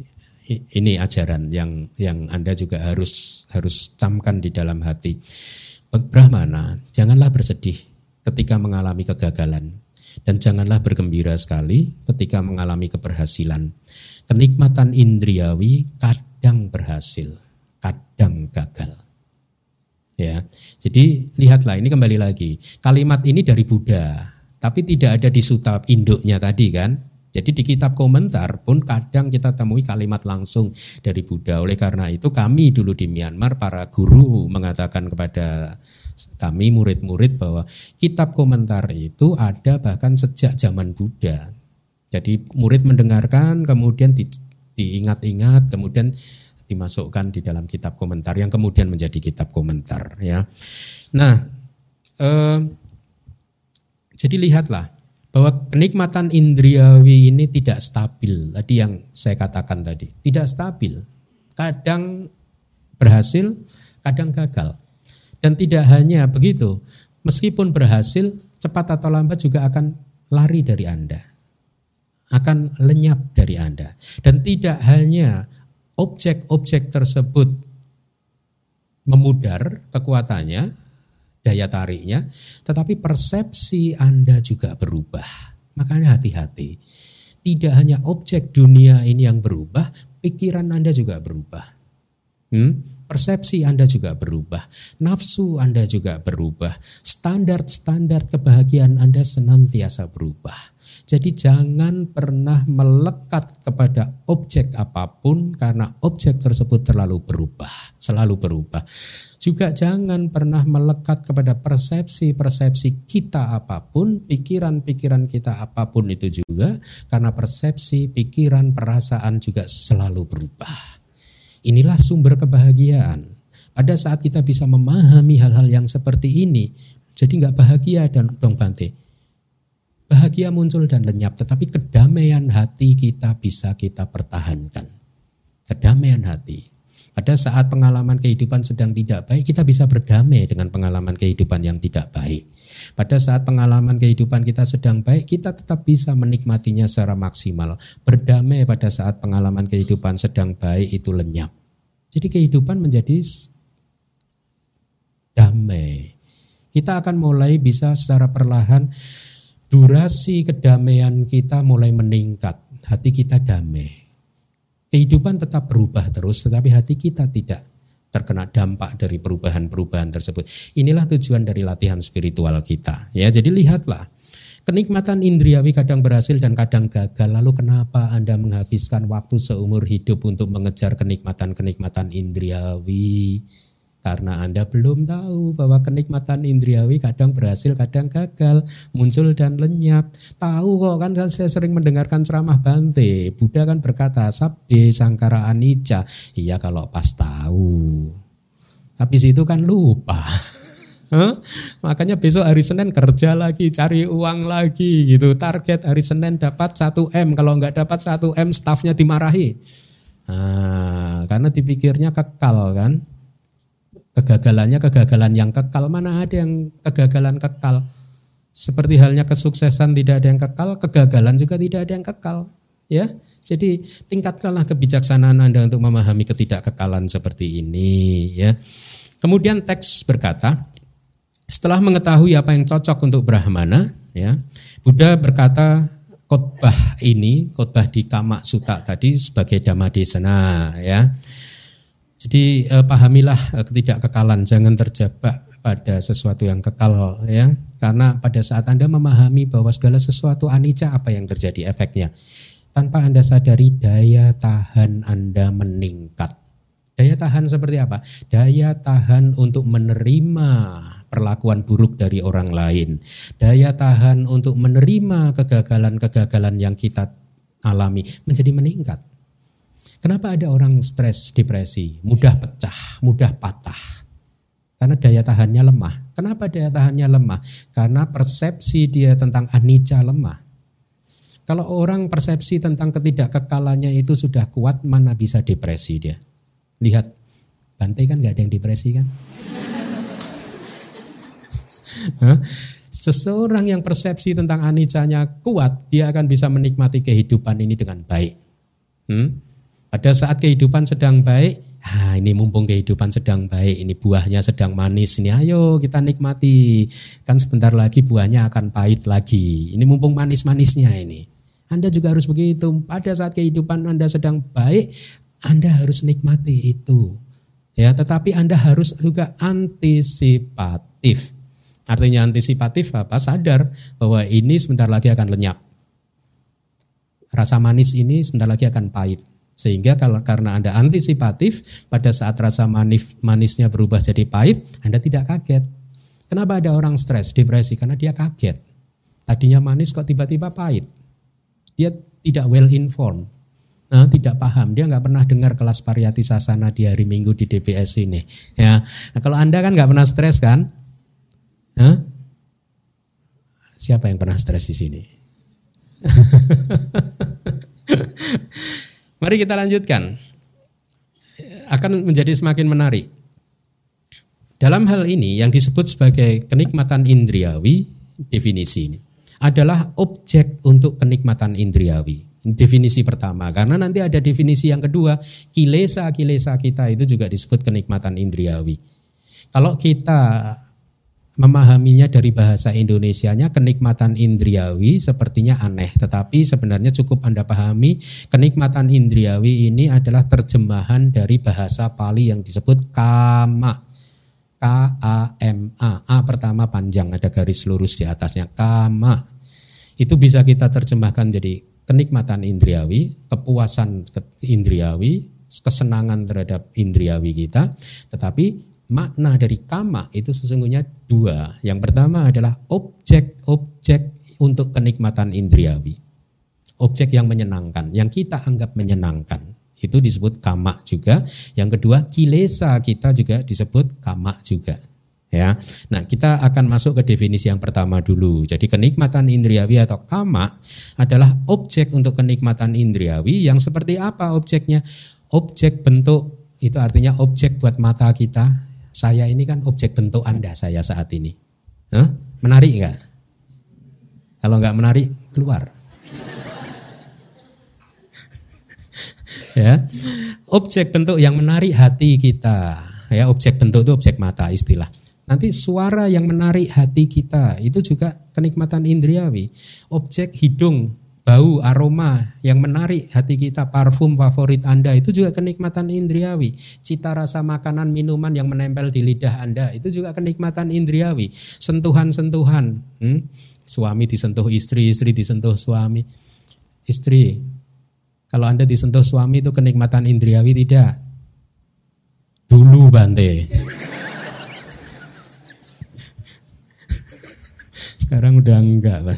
ini ajaran yang yang Anda juga harus harus camkan di dalam hati. Brahmana, janganlah bersedih ketika mengalami kegagalan. Dan janganlah bergembira sekali ketika mengalami keberhasilan. Kenikmatan indriawi kadang berhasil, kadang gagal. Ya, jadi lihatlah, ini kembali lagi. Kalimat ini dari Buddha, tapi tidak ada di sutta induknya tadi kan. Jadi di kitab komentar pun kadang kita temui kalimat langsung dari Buddha. Oleh karena itu kami dulu di Myanmar, para guru mengatakan kepada kami murid-murid bahwa kitab komentar itu ada bahkan sejak zaman Buddha. Jadi murid mendengarkan, kemudian di, diingat-ingat, kemudian dimasukkan di dalam kitab komentar yang kemudian menjadi kitab komentar. Ya. Nah, eh, jadi lihatlah bahwa kenikmatan indriawi ini tidak stabil. Tadi yang saya katakan tadi, tidak stabil. Kadang berhasil, kadang gagal. Dan tidak hanya begitu, meskipun berhasil, cepat atau lambat juga akan lari dari Anda. Akan lenyap dari Anda. Dan tidak hanya objek-objek tersebut memudar kekuatannya, daya tariknya, tetapi persepsi Anda juga berubah. Makanya hati-hati. Tidak hanya objek dunia ini yang berubah, pikiran Anda juga berubah. Hmm? Persepsi Anda juga berubah, nafsu Anda juga berubah, standar-standar kebahagiaan Anda senantiasa berubah. Jadi jangan pernah melekat kepada objek apapun karena objek tersebut terlalu berubah, selalu berubah. Juga jangan pernah melekat kepada persepsi-persepsi kita apapun, pikiran-pikiran kita apapun itu juga, karena persepsi, pikiran, perasaan juga selalu berubah. Inilah sumber kebahagiaan. Pada saat kita bisa memahami hal-hal yang seperti ini, jadi nggak bahagia dan dong Bante. Bahagia muncul dan lenyap, tetapi kedamaian hati kita bisa kita pertahankan. Kedamaian hati. Pada saat pengalaman kehidupan sedang tidak baik, kita bisa berdamai dengan pengalaman kehidupan yang tidak baik. Pada saat pengalaman kehidupan kita sedang baik, kita tetap bisa menikmatinya secara maksimal. Berdamai pada saat pengalaman kehidupan sedang baik itu lenyap. Jadi kehidupan menjadi damai. Kita akan mulai bisa secara perlahan, durasi kedamaian kita mulai meningkat. Hati kita damai. Kehidupan tetap berubah terus, tetapi hati kita tidak terkena dampak dari perubahan-perubahan tersebut. Inilah tujuan dari latihan spiritual kita. Ya, jadi lihatlah, kenikmatan indriawi kadang berhasil dan kadang gagal. Lalu kenapa Anda menghabiskan waktu seumur hidup untuk mengejar kenikmatan-kenikmatan indriawi? Karena Anda belum tahu bahwa kenikmatan indriawi kadang berhasil, kadang gagal, muncul dan lenyap. Tahu kok, kan saya sering mendengarkan ceramah Bante. Buddha kan berkata, sabbe sangkara anicca. Iya kalau pas tahu. Habis itu kan lupa. Huh? Makanya besok hari Senin kerja lagi, cari uang lagi gitu. Target hari Senin dapat satu M. Kalau enggak dapat satu M, stafnya dimarahi. Nah, karena dipikirnya kekal kan. Kegagalannya kegagalan yang kekal. Mana ada yang kegagalan kekal? Seperti halnya kesuksesan tidak ada yang kekal, kegagalan juga tidak ada yang kekal. Ya, jadi tingkatkanlah kebijaksanaan Anda untuk memahami ketidakkekalan seperti ini. Ya. Kemudian teks berkata, setelah mengetahui apa yang cocok untuk Brahmana, ya, Buddha berkata khotbah ini, khotbah di Kama Sutta tadi sebagai Dhammadesana, ya. Jadi eh, pahamilah eh, ketidakkekalan, jangan terjebak pada sesuatu yang kekal, ya. Karena pada saat Anda memahami bahwa segala sesuatu anicca, apa yang terjadi efeknya? Tanpa Anda sadari, daya tahan Anda meningkat. Daya tahan seperti apa? Daya tahan untuk menerima perlakuan buruk dari orang lain. Daya tahan untuk menerima kegagalan-kegagalan yang kita alami menjadi meningkat. Kenapa ada orang stres, depresi, mudah pecah, mudah patah? Karena daya tahannya lemah. Kenapa daya tahannya lemah? Karena persepsi dia tentang anicca lemah. Kalau orang persepsi tentang ketidakkekalannya itu sudah kuat, mana bisa depresi dia? Lihat, Bante kan gak ada yang depresi kan? Seseorang yang persepsi tentang aniccanya kuat, dia akan bisa menikmati kehidupan ini dengan baik. Hmm? Pada saat kehidupan sedang baik, ah ini mumpung kehidupan sedang baik, ini buahnya sedang manis, ini ayo kita nikmati. Kan sebentar lagi buahnya akan pahit lagi. Ini mumpung manis-manisnya ini. Anda juga harus begitu. Pada saat kehidupan Anda sedang baik, Anda harus nikmati itu. Ya, tetapi Anda harus juga antisipatif. Artinya antisipatif apa? Sadar bahwa ini sebentar lagi akan lenyap. Rasa manis ini sebentar lagi akan pahit. Sehingga kalau karena Anda antisipatif, pada saat rasa manis, manisnya berubah jadi pahit, Anda tidak kaget. Kenapa ada orang stres, depresi? Karena dia kaget. Tadinya manis kok tiba-tiba pahit. Dia tidak well informed, nah, tidak paham. Dia nggak pernah dengar kelas Pariyati Sasana di hari Minggu di D B S ini. Ya, nah, kalau Anda kan nggak pernah stres kan? Hah? Siapa yang pernah stres di sini? Mari kita lanjutkan. Akan menjadi semakin menarik. Dalam hal ini yang disebut sebagai kenikmatan indriawi, definisi ini adalah objek untuk kenikmatan indriawi. Definisi pertama, karena nanti ada definisi yang kedua, kilesa-kilesa kita itu juga disebut kenikmatan indriawi. Kalau kita memahaminya dari bahasa Indonesianya, kenikmatan indriawi sepertinya aneh, tetapi sebenarnya cukup Anda pahami, kenikmatan indriawi ini adalah terjemahan dari bahasa Pali yang disebut kama. K A M A. A pertama panjang, ada garis lurus di atasnya, kama. Itu bisa kita terjemahkan jadi kenikmatan indriawi, kepuasan indriawi, kesenangan terhadap indriawi kita. Tetapi makna dari kama itu sesungguhnya dua. Yang pertama adalah objek-objek untuk kenikmatan indriawi. Objek yang menyenangkan, yang kita anggap menyenangkan. Itu disebut kama juga. Yang kedua, kilesa kita juga disebut kama juga. Ya, nah kita akan masuk ke definisi yang pertama dulu. Jadi kenikmatan indriawi atau kama adalah objek untuk kenikmatan indriawi yang seperti apa objeknya? Objek bentuk, itu artinya objek buat mata kita. Saya ini kan objek bentuk Anda, saya saat ini. Hah? Menarik enggak? Kalau enggak menarik, keluar. Ya, objek bentuk yang menarik hati kita. Ya, objek bentuk itu objek mata istilah. Nanti suara yang menarik hati kita itu juga kenikmatan indriawi. Objek hidung, bau, aroma yang menarik hati kita, parfum favorit Anda itu juga kenikmatan indriawi. Cita rasa makanan, minuman yang menempel di lidah Anda itu juga kenikmatan indriawi. Sentuhan-sentuhan, hmm? Suami disentuh istri, istri disentuh suami. Istri, kalau Anda disentuh suami itu kenikmatan indriawi tidak? Dulu Bante. Sekarang udah enggak, Pak.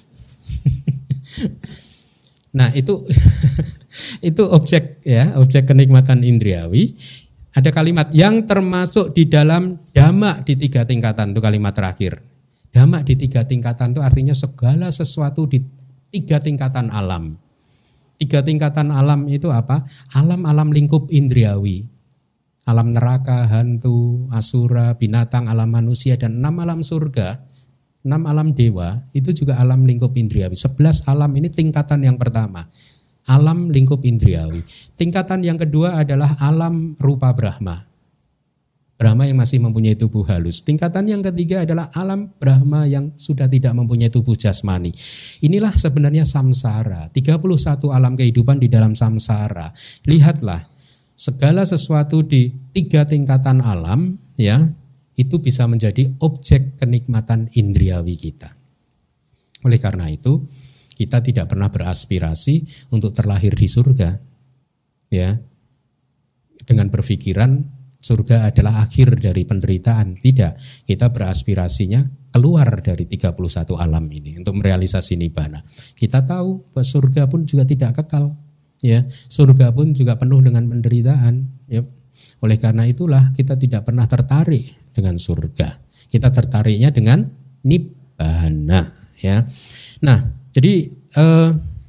Nah, itu itu objek ya, objek kenikmatan indriawi. Ada kalimat yang termasuk di dalam dhamma di tiga tingkatan, itu kalimat terakhir. Dhamma di tiga tingkatan itu artinya segala sesuatu di tiga tingkatan alam. Tiga tingkatan alam itu apa? Alam-alam lingkup indriawi. Alam neraka, hantu, asura, binatang, alam manusia, dan enam alam surga. Enam alam dewa itu juga alam lingkup indriawi. Sebelas alam ini tingkatan yang pertama. Alam lingkup indriawi. Tingkatan yang kedua adalah alam rupa Brahma. Brahma yang masih mempunyai tubuh halus. Tingkatan yang ketiga adalah alam Brahma yang sudah tidak mempunyai tubuh jasmani. Inilah sebenarnya samsara. tiga puluh satu alam kehidupan di dalam samsara. Lihatlah, segala sesuatu di tiga tingkatan alam ya, itu bisa menjadi objek kenikmatan indriawi kita. Oleh karena itu, kita tidak pernah beraspirasi untuk terlahir di surga. Ya. Dengan berpikiran surga adalah akhir dari penderitaan. Tidak, kita beraspirasinya keluar dari tiga puluh satu alam ini untuk merealisasi nibbana. Kita tahu bahwa surga pun juga tidak kekal. Ya, surga pun juga penuh dengan penderitaan. Ya. Oleh karena itulah kita tidak pernah tertarik dengan surga. Kita tertariknya dengan nibbana, ya. Nah, jadi eh,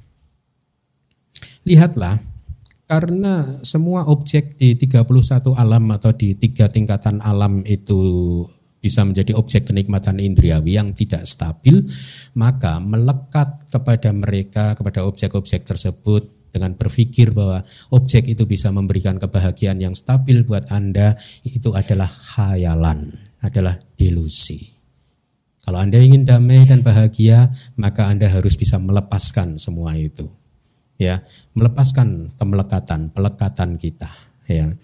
lihatlah, karena semua objek di tiga puluh satu alam atau di tiga tingkatan alam itu bisa menjadi objek kenikmatan indriawi yang tidak stabil, maka melekat kepada mereka, kepada objek-objek tersebut dengan berpikir bahwa objek itu bisa memberikan kebahagiaan yang stabil buat Anda, itu adalah khayalan, adalah delusi. Kalau Anda ingin damai dan bahagia, maka Anda harus bisa melepaskan semua itu. Ya, melepaskan kemelekatan, pelekatan kita, ya.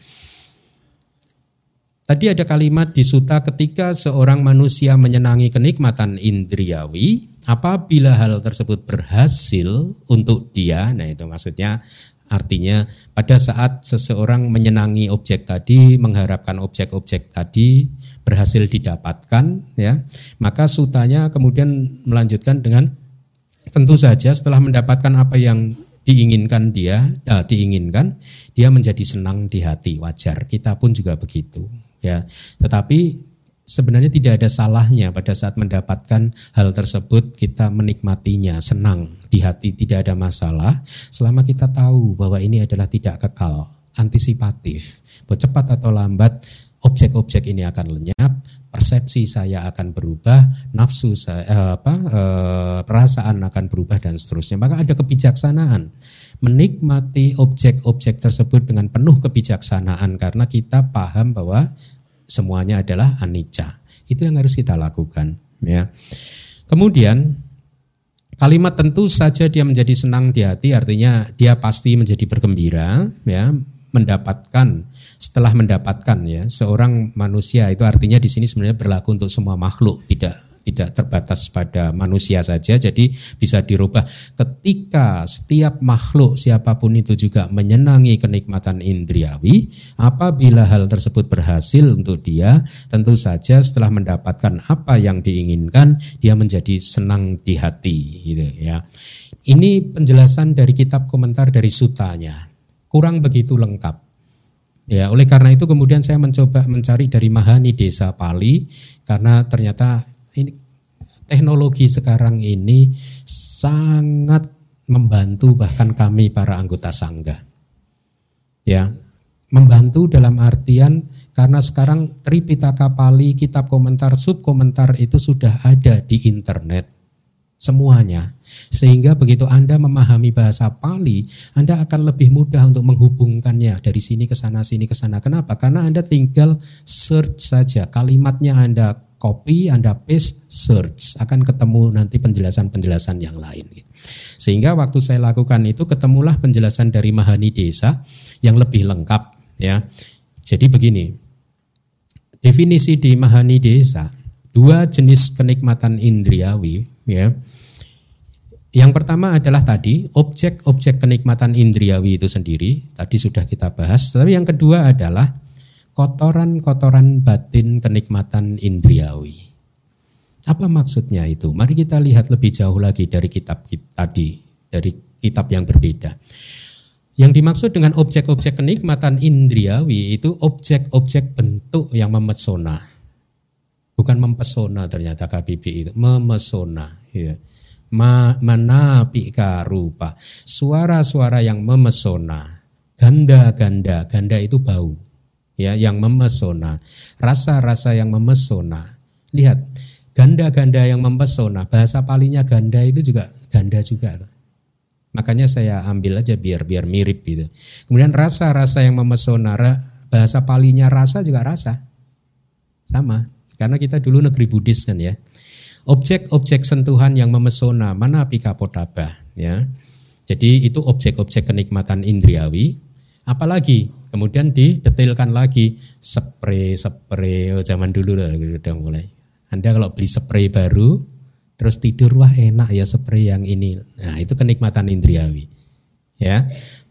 Tadi ada kalimat di sutta, ketika seorang manusia menyenangi kenikmatan indriawi, apabila hal tersebut berhasil untuk dia, nah itu maksudnya artinya pada saat seseorang menyenangi objek tadi, mengharapkan objek-objek tadi berhasil didapatkan, ya, maka suttanya kemudian melanjutkan dengan tentu saja setelah mendapatkan apa yang diinginkan dia, eh, diinginkan, dia menjadi senang di hati, wajar. Kita pun juga begitu. Ya, tetapi sebenarnya tidak ada salahnya pada saat mendapatkan hal tersebut kita menikmatinya, senang di hati, tidak ada masalah selama kita tahu bahwa ini adalah tidak kekal, antisipatif. Cepat atau lambat objek-objek ini akan lenyap, persepsi saya akan berubah, nafsu saya eh, apa eh, perasaan akan berubah dan seterusnya. Maka ada kebijaksanaan menikmati objek-objek tersebut dengan penuh kebijaksanaan karena kita paham bahwa semuanya adalah anicca. Itu yang harus kita lakukan, ya. Kemudian kalimat tentu saja dia menjadi senang di hati artinya dia pasti menjadi bergembira, ya, mendapatkan, setelah mendapatkan, ya, seorang manusia, itu artinya di sini sebenarnya berlaku untuk semua makhluk, tidak tidak terbatas pada manusia saja, jadi bisa dirubah. Ketika setiap makhluk siapapun itu juga menyenangi kenikmatan indriawi, apabila hal tersebut berhasil untuk dia, tentu saja setelah mendapatkan apa yang diinginkan, dia menjadi senang di hati, gitu ya. Ini penjelasan dari kitab komentar dari sutanya, kurang begitu lengkap. Ya, oleh karena itu kemudian saya mencoba mencari dari Mahanidesa Pali, karena ternyata ini teknologi sekarang ini sangat membantu bahkan kami para anggota sangga. Ya, membantu dalam artian karena sekarang Tripitaka Pali, kitab komentar, subkomentar itu sudah ada di internet semuanya. Sehingga begitu Anda memahami bahasa Pali, Anda akan lebih mudah untuk menghubungkannya dari sini ke sana, sini ke sana. Kenapa? Karena Anda tinggal search saja, kalimatnya Anda copy, Anda paste, search, akan ketemu nanti penjelasan-penjelasan yang lain. Sehingga waktu saya lakukan itu ketemulah penjelasan dari Mahanidesa yang lebih lengkap, ya. Jadi begini, definisi di Mahanidesa, dua jenis kenikmatan indriawi, ya. Yang pertama adalah tadi objek-objek kenikmatan indriawi itu sendiri, tadi sudah kita bahas. Tapi yang kedua adalah kotoran-kotoran batin kenikmatan indriawi. Apa maksudnya itu? Mari kita lihat lebih jauh lagi dari kitab tadi, dari kitab yang berbeda. Yang dimaksud dengan objek-objek kenikmatan indriawi itu objek-objek bentuk yang memesona. Bukan mempesona ternyata K B B itu, memesona, ya. Ma, manapika rupa, suara-suara yang memesona, ganda-ganda, ganda itu bau, ya, yang memesona, rasa-rasa yang memesona. Lihat, ganda-ganda yang memesona, bahasa Palinya ganda itu juga ganda juga. Makanya saya ambil aja biar biar mirip gitu. Kemudian rasa-rasa yang memesona, bahasa Palinya rasa juga rasa, sama. Karena kita dulu negeri Buddhis kan ya. Objek-objek sentuhan yang memesona, manapika potaba, ya. Jadi itu objek-objek kenikmatan indriawi. Apalagi kemudian didetailkan lagi spray-spray, oh, zaman dulu lah udah mulai. Anda kalau beli spray baru terus tidur, wah enak ya spray yang ini. Nah, itu kenikmatan indriawi. Ya,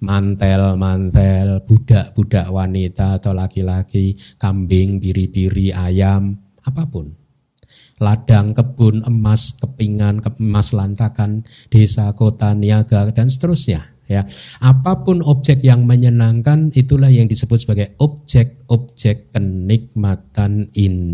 mantel-mantel, budak-budak wanita atau laki-laki, kambing, biri-biri, ayam, apapun. Ladang, kebun, emas, kepingan, emas lantakan, desa, kota, niaga, dan seterusnya. Ya, apapun objek yang menyenangkan itulah yang disebut sebagai objek-objek kenikmatan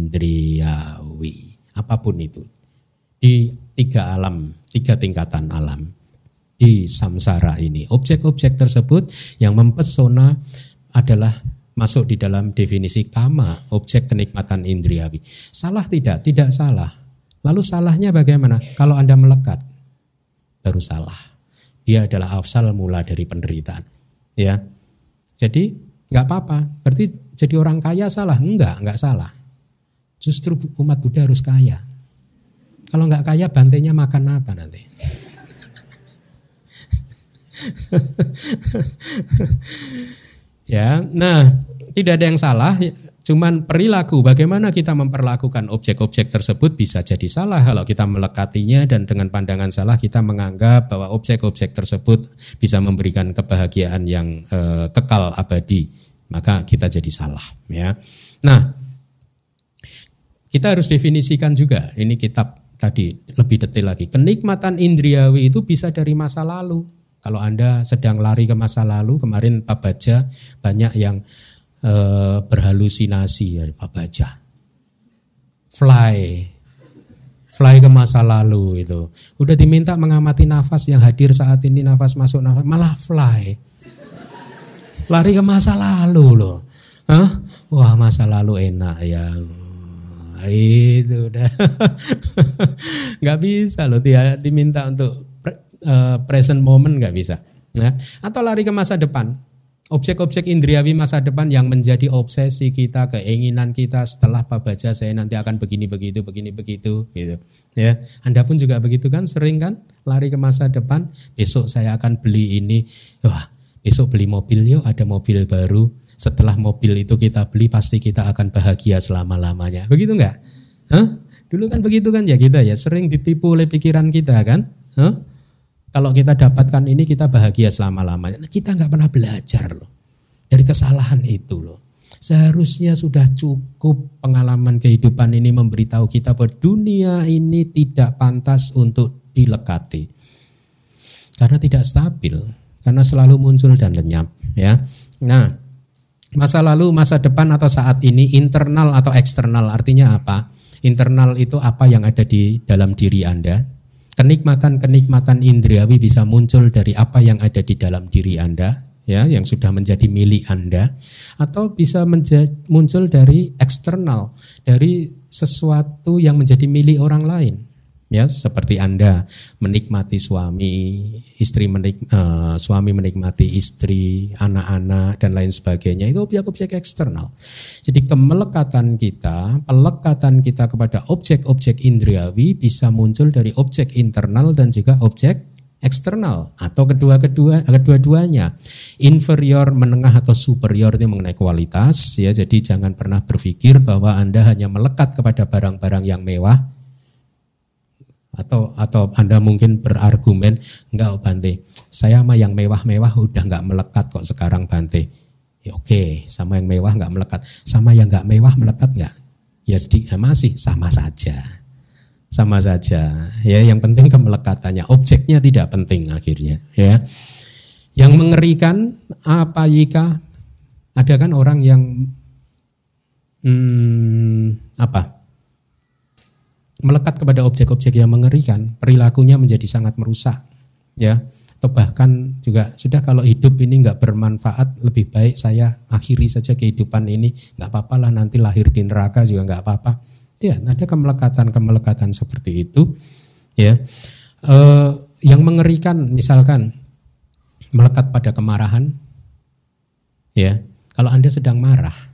indriawi. Apapun itu di tiga alam, tiga tingkatan alam di samsara ini, objek-objek tersebut yang mempesona adalah masuk di dalam definisi kama, objek kenikmatan indriawi. Salah tidak? Tidak salah. Lalu salahnya bagaimana? Kalau Anda melekat, baru salah. Dia adalah asal mula dari penderitaan. Ya, jadi nggak apa-apa. Berarti jadi orang kaya salah? Enggak, enggak salah. Justru umat Buddha harus kaya. Kalau nggak kaya, bantainya makan apa nanti? Ya, nah tidak ada yang salah, cuman perilaku bagaimana kita memperlakukan objek-objek tersebut bisa jadi salah kalau kita melekatinya dan dengan pandangan salah kita menganggap bahwa objek-objek tersebut bisa memberikan kebahagiaan yang eh, kekal abadi, maka kita jadi salah. Ya, nah kita harus definisikan juga, ini kitab tadi lebih detail lagi. Kenikmatan indriawi itu bisa dari masa lalu. Kalau Anda sedang lari ke masa lalu, kemarin Pak Baja banyak yang e, berhalusinasi ya Pak Baja. Fly, fly ke masa lalu itu. Udah diminta mengamati nafas yang hadir saat ini, nafas masuk, nafas malah fly. Lari ke masa lalu loh. Hah? Wah masa lalu enak ya. Itu udah. Gak bisa loh dia diminta untuk present moment nggak bisa, nah, atau lari ke masa depan, objek-objek indriawi masa depan yang menjadi obsesi kita, keinginan kita setelah Pak Baja saya nanti akan begini begitu, begini begitu, gitu. Ya, Anda pun juga begitu kan, sering kan, lari ke masa depan, besok saya akan beli ini, wah, besok beli mobil yuk, ada mobil baru, setelah mobil itu kita beli pasti kita akan bahagia selama-lamanya, begitu nggak? Hah? Dulu kan begitu kan ya kita ya, sering ditipu oleh pikiran kita kan. Huh? Kalau kita dapatkan ini kita bahagia selama-lamanya. Nah, kita nggak pernah belajar loh dari kesalahan itu loh. Seharusnya sudah cukup pengalaman kehidupan ini memberitahu kita bahwa dunia ini tidak pantas untuk dilekati. Karena tidak stabil, karena selalu muncul dan lenyap ya. Nah, masa lalu, masa depan atau saat ini, internal atau eksternal, artinya apa? Internal itu apa yang ada di dalam diri Anda. Kenikmatan-kenikmatan indriawi bisa muncul dari apa yang ada di dalam diri Anda, ya, yang sudah menjadi milik Anda, atau bisa menjadi, muncul dari eksternal, dari sesuatu yang menjadi milik orang lain. Ya, seperti Anda menikmati suami, istri menik, uh, suami menikmati istri, anak-anak dan lain sebagainya, itu objek-objek eksternal. Jadi kemelekatan kita, pelekatan kita kepada objek-objek indriawi bisa muncul dari objek internal dan juga objek eksternal atau kedua-kedua kedua-duanya. Inferior, menengah atau superior itu mengenai kualitas ya. Jadi jangan pernah berpikir bahwa Anda hanya melekat kepada barang-barang yang mewah. Atau atau Anda mungkin berargumen, enggak Bante, saya sama yang mewah-mewah udah enggak melekat kok sekarang Bante. Ya oke, sama yang mewah enggak melekat, sama yang enggak mewah melekat enggak? Ya sedikit masih sama saja. Sama saja. Ya, yang penting kemelekatannya, objeknya tidak penting akhirnya, ya. Yang mengerikan apa jika ada kan orang yang hmm, apa? melekat kepada objek-objek yang mengerikan, perilakunya menjadi sangat merusak, ya. Atau bahkan juga sudah kalau hidup ini nggak bermanfaat, lebih baik saya akhiri saja kehidupan ini, nggak apa-apa lah nanti lahir di neraka juga nggak apa-apa. Ya, ada kemelekatan-kemelekatan seperti itu, ya. E, yang mengerikan misalkan melekat pada kemarahan, ya. Kalau Anda sedang marah,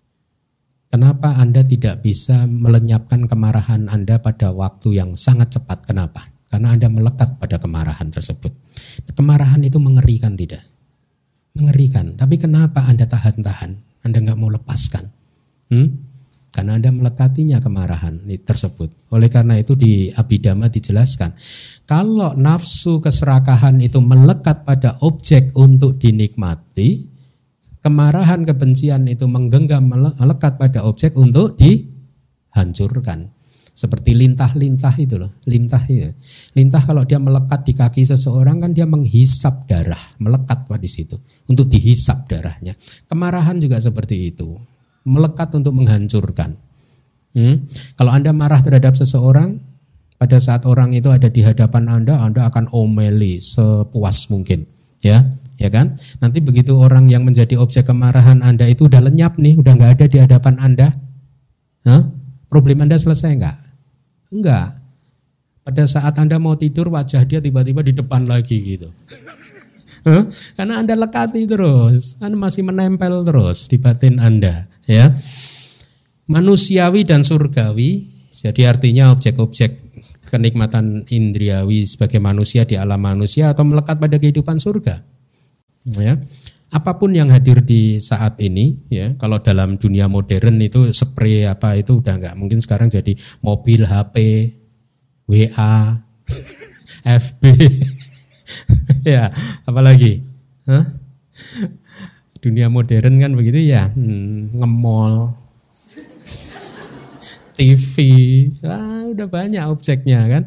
kenapa Anda tidak bisa melenyapkan kemarahan Anda pada waktu yang sangat cepat? Kenapa? Karena Anda melekat pada kemarahan tersebut. Kemarahan itu mengerikan tidak? Mengerikan. Tapi kenapa Anda tahan-tahan? Anda nggak mau lepaskan? Hmm? Karena Anda melekatinya kemarahan tersebut. Oleh karena itu di Abhidhamma dijelaskan, kalau nafsu keserakahan itu melekat pada objek untuk dinikmati, kemarahan, kebencian itu menggenggam melekat pada objek untuk dihancurkan. Seperti lintah-lintah itu loh, lintah itu. Lintah kalau dia melekat di kaki seseorang kan dia menghisap darah, melekat pada situ untuk dihisap darahnya. Kemarahan juga seperti itu, melekat untuk menghancurkan. Hmm? Kalau Anda marah terhadap seseorang, pada saat orang itu ada di hadapan Anda, Anda akan omeli sepuas mungkin, ya. Ya kan? Nanti begitu orang yang menjadi objek kemarahan Anda itu udah lenyap nih, udah nggak ada di hadapan Anda, huh? Problem Anda selesai nggak? Enggak. Pada saat Anda mau tidur, wajah dia tiba-tiba di depan lagi gitu. Huh? Karena Anda lekati terus, Anda masih menempel terus di batin Anda, ya. Manusiawi dan surgawi, jadi artinya objek-objek kenikmatan indriawi sebagai manusia di alam manusia atau melekat pada kehidupan surga. Ya, apapun yang hadir di saat ini, ya, kalau dalam dunia modern itu spray apa itu udah nggak mungkin sekarang jadi mobil, H P, W A, F B, ya, apalagi, huh? Dunia modern kan begitu ya, hmm, nge-mall, T V, ah, udah banyak objeknya kan.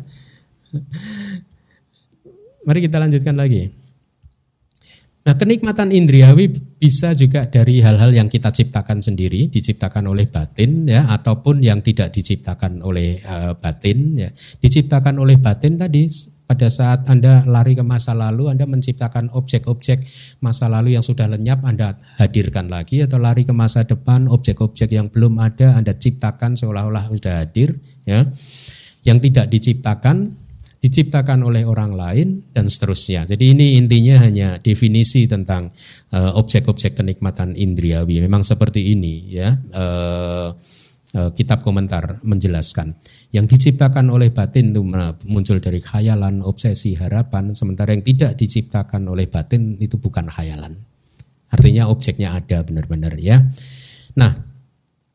Mari kita lanjutkan lagi. Nah, kenikmatan indriawi bisa juga dari hal-hal yang kita ciptakan sendiri, diciptakan oleh batin, ya, ataupun yang tidak diciptakan oleh uh, batin, ya. Diciptakan oleh batin tadi pada saat Anda lari ke masa lalu, Anda menciptakan objek-objek masa lalu yang sudah lenyap, Anda hadirkan lagi, atau lari ke masa depan, objek-objek yang belum ada Anda ciptakan seolah-olah sudah hadir, ya. Yang tidak diciptakan diciptakan oleh orang lain dan seterusnya. Jadi ini intinya hanya definisi tentang uh, objek-objek kenikmatan indriawi. Memang seperti ini, ya. Uh, uh, kitab komentar menjelaskan. Yang diciptakan oleh batin itu muncul dari khayalan, obsesi, harapan. Sementara yang tidak diciptakan oleh batin itu bukan khayalan. Artinya objeknya ada benar-benar, ya. Nah, bah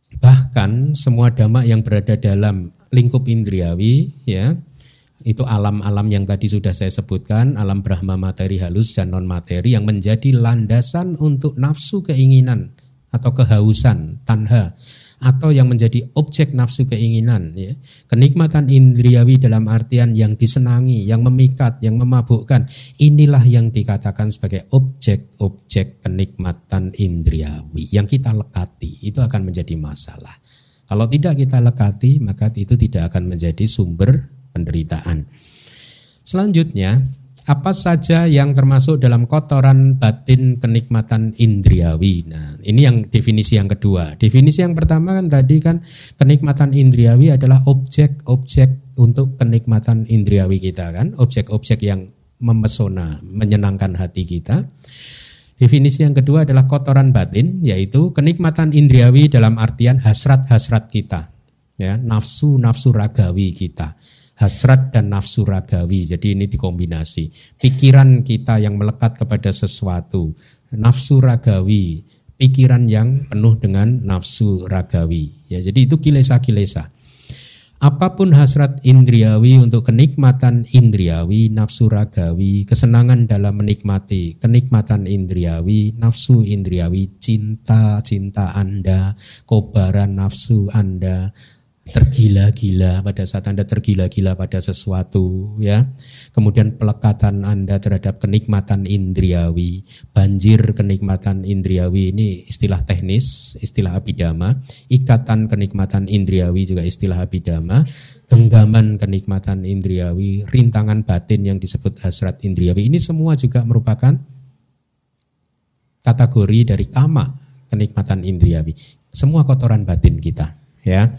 memisahkan semua dhamma yang berada dalam lingkup indriawi, ya, itu alam-alam yang tadi sudah saya sebutkan, alam Brahma materi halus dan non materi yang menjadi landasan untuk nafsu keinginan atau kehausan, tanha, atau yang menjadi objek nafsu keinginan, ya. Kenikmatan indriawi dalam artian yang disenangi, yang memikat, yang memabukkan, inilah yang dikatakan sebagai objek-objek kenikmatan indriawi yang kita lekati. Itu akan menjadi masalah. Kalau tidak kita lekati, maka itu tidak akan menjadi sumber penderitaan. Selanjutnya, apa saja yang termasuk dalam kotoran batin kenikmatan indriawi? Nah, ini yang definisi yang kedua. Definisi yang pertama kan tadi kan kenikmatan indriawi adalah objek-objek untuk kenikmatan indriawi kita kan, objek-objek yang memesona, menyenangkan hati kita. Definisi yang kedua adalah kotoran batin, yaitu kenikmatan indriawi dalam artian hasrat-hasrat kita, ya, nafsu-nafsu ragawi kita. Hasrat dan nafsu ragawi, jadi ini dikombinasi. Pikiran kita yang melekat kepada sesuatu, nafsu ragawi, pikiran yang penuh dengan nafsu ragawi. Ya, jadi itu kilesa-kilesa. Apapun hasrat indriawi untuk kenikmatan indriawi, nafsu ragawi, kesenangan dalam menikmati kenikmatan indriawi, nafsu indriawi, cinta, cinta Anda, kobaran nafsu Anda, tergila-gila pada saat Anda tergila-gila pada sesuatu, ya. Kemudian pelekatan Anda terhadap kenikmatan indriawi, banjir kenikmatan indriawi, ini istilah teknis, istilah abhidhamma. Ikatan kenikmatan indriawi juga istilah abhidhamma. Genggaman kenikmatan indriawi, rintangan batin yang disebut hasrat indriawi, ini semua juga merupakan kategori dari kama kenikmatan indriawi. Semua kotoran batin kita, ya.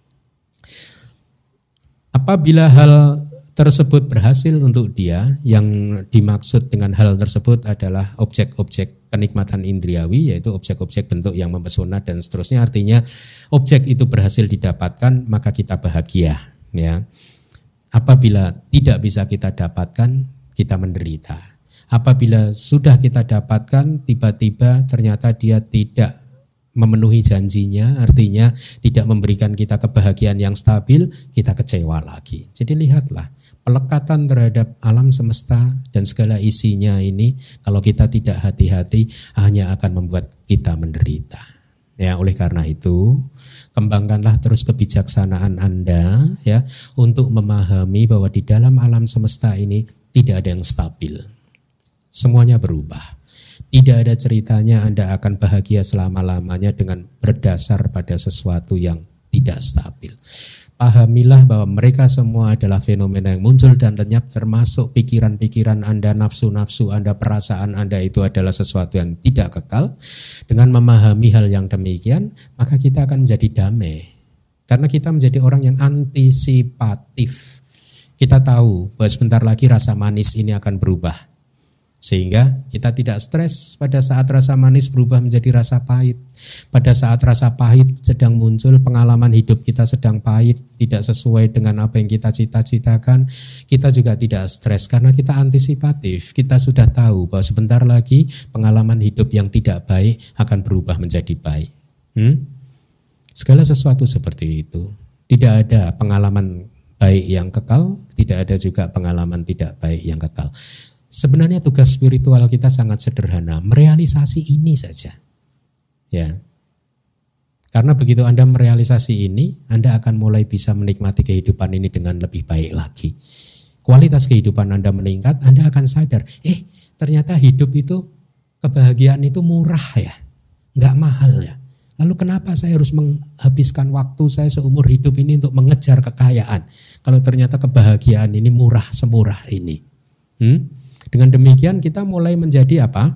Apabila hal tersebut berhasil untuk dia, yang dimaksud dengan hal tersebut adalah objek-objek kenikmatan indriawi, yaitu objek-objek bentuk yang mempesona dan seterusnya. Artinya objek itu berhasil didapatkan, maka kita bahagia, ya. Apabila tidak bisa kita dapatkan, kita menderita. Apabila sudah kita dapatkan, tiba-tiba ternyata dia tidak memenuhi janjinya, artinya tidak memberikan kita kebahagiaan yang stabil, kita kecewa lagi. Jadi lihatlah, pelekatan terhadap alam semesta dan segala isinya ini, kalau kita tidak hati-hati, hanya akan membuat kita menderita. Ya, oleh karena itu, kembangkanlah terus kebijaksanaan Anda, ya, untuk memahami bahwa di dalam alam semesta ini tidak ada yang stabil. Semuanya berubah. Tidak ada ceritanya Anda akan bahagia selama-lamanya dengan berdasar pada sesuatu yang tidak stabil. Pahamilah bahwa mereka semua adalah fenomena yang muncul dan lenyap, termasuk pikiran-pikiran Anda, nafsu-nafsu Anda, perasaan Anda, itu adalah sesuatu yang tidak kekal. Dengan memahami hal yang demikian, maka kita akan menjadi damai. Karena kita menjadi orang yang antisipatif. Kita tahu bahwa sebentar lagi rasa manis ini akan berubah. Sehingga kita tidak stres pada saat rasa manis berubah menjadi rasa pahit. Pada saat rasa pahit sedang muncul, pengalaman hidup kita sedang pahit, tidak sesuai dengan apa yang kita cita-citakan, kita juga tidak stres karena kita antisipatif. Kita sudah tahu bahwa sebentar lagi pengalaman hidup yang tidak baik akan berubah menjadi baik. Hmm? Segala sesuatu seperti itu. Tidak ada pengalaman baik yang kekal, tidak ada juga pengalaman tidak baik yang kekal. Sebenarnya tugas spiritual kita sangat sederhana, merealisasi ini saja. Ya. Karena begitu Anda merealisasi ini, Anda akan mulai bisa menikmati kehidupan ini dengan lebih baik lagi. Kualitas kehidupan Anda meningkat, Anda akan sadar, eh ternyata hidup itu, kebahagiaan itu murah ya, nggak mahal ya. Lalu kenapa saya harus menghabiskan waktu saya seumur hidup ini untuk mengejar kekayaan, kalau ternyata kebahagiaan ini murah semurah ini. Hmm? Dengan demikian kita mulai menjadi apa?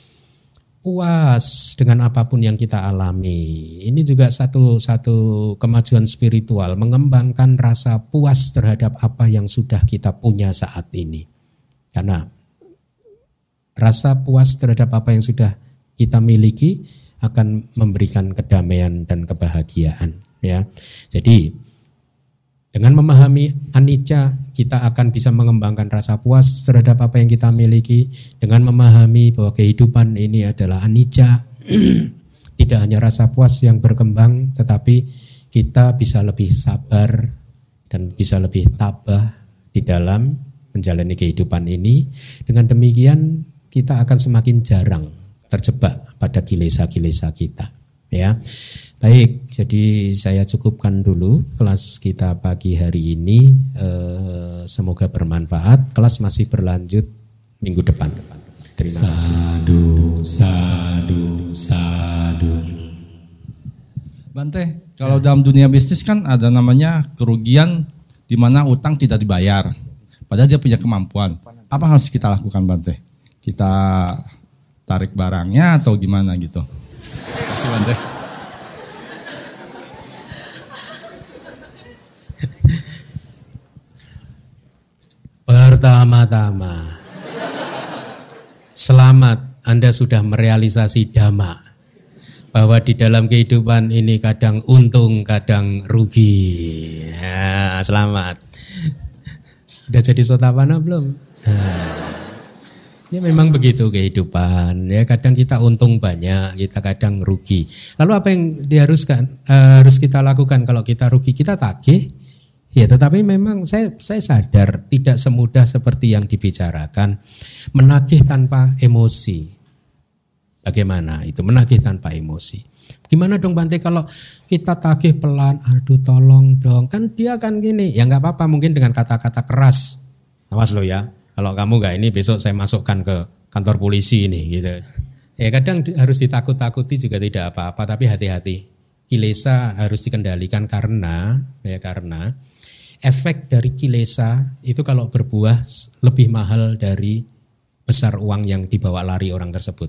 Puas dengan apapun yang kita alami. Ini juga satu satu kemajuan spiritual, mengembangkan rasa puas terhadap apa yang sudah kita punya saat ini. Karena rasa puas terhadap apa yang sudah kita miliki akan memberikan kedamaian dan kebahagiaan, ya. Jadi dengan memahami anicca, kita akan bisa mengembangkan rasa puas terhadap apa yang kita miliki. Dengan memahami bahwa kehidupan ini adalah anicca, tidak tidak hanya rasa puas yang berkembang, tetapi kita bisa lebih sabar dan bisa lebih tabah di dalam menjalani kehidupan ini. Dengan demikian kita akan semakin jarang terjebak pada kilesa-kilesa kita. Ya, baik. Jadi saya cukupkan dulu kelas kita pagi hari ini. Eh, semoga bermanfaat. Kelas masih berlanjut minggu depan. Terima kasih. Sadu, sadu, sadu. Bante, kalau dalam dunia bisnis kan ada namanya kerugian di mana utang tidak dibayar. Padahal dia punya kemampuan. Apa harus kita lakukan, Bante? Kita tarik barangnya atau gimana gitu? Terima kasih, Bante. Pertama-tama, selamat, Anda sudah merealisasi dhamma, bahwa di dalam kehidupan ini kadang untung, kadang rugi. Ya, selamat. Udah jadi sotapana belum? Nah, ini memang begitu kehidupan. Ya, kadang kita untung banyak, kita kadang rugi. Lalu apa yang diharuskan uh, harus kita lakukan kalau kita rugi? Kita tagih. Ya, tetapi memang saya saya sadar tidak semudah seperti yang dibicarakan. Menagih tanpa emosi. Bagaimana itu menagih tanpa emosi? Gimana dong Bante kalau kita tagih pelan, aduh tolong dong. Kan dia kan gini, ya nggak apa-apa mungkin dengan kata-kata keras. Awas lo ya, kalau kamu nggak ini besok saya masukkan ke kantor polisi ini gitu. Ya kadang harus ditakut-takuti juga tidak apa-apa, tapi hati-hati. Kilesa harus dikendalikan karena ya karena efek dari kilesa itu kalau berbuah lebih mahal dari besar uang yang dibawa lari orang tersebut.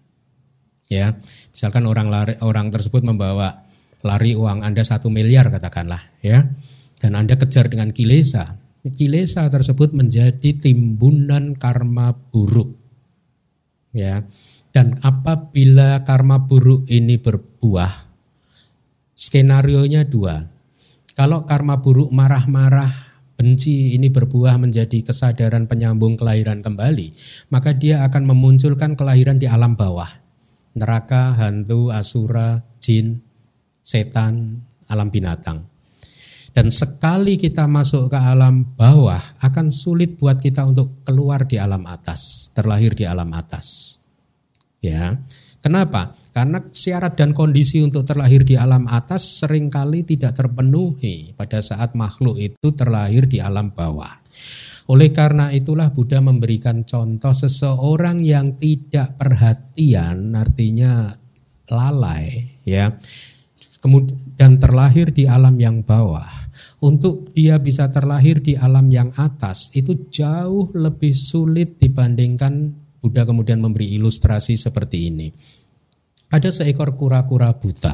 Ya, misalkan orang lari, orang tersebut membawa lari uang Anda satu miliar katakanlah, ya, dan Anda kejar dengan kilesa. Kilesa tersebut menjadi timbunan karma buruk, ya. Dan apabila karma buruk ini berbuah, skenarionya dua. Kalau karma buruk marah-marah, benci ini berbuah menjadi kesadaran penyambung kelahiran kembali, maka dia akan memunculkan kelahiran di alam bawah. Neraka, hantu, asura, jin, setan, alam binatang. Dan sekali kita masuk ke alam bawah, akan sulit buat kita untuk keluar di alam atas, terlahir di alam atas. Ya. Kenapa? Karena syarat dan kondisi untuk terlahir di alam atas seringkali tidak terpenuhi pada saat makhluk itu terlahir di alam bawah. Oleh karena itulah Buddha memberikan contoh seseorang yang tidak perhatian, artinya lalai, ya, kemudian dan terlahir di alam yang bawah. Untuk dia bisa terlahir di alam yang atas itu jauh lebih sulit dibandingkan. Buddha kemudian memberi ilustrasi seperti ini. Ada seekor kura-kura buta.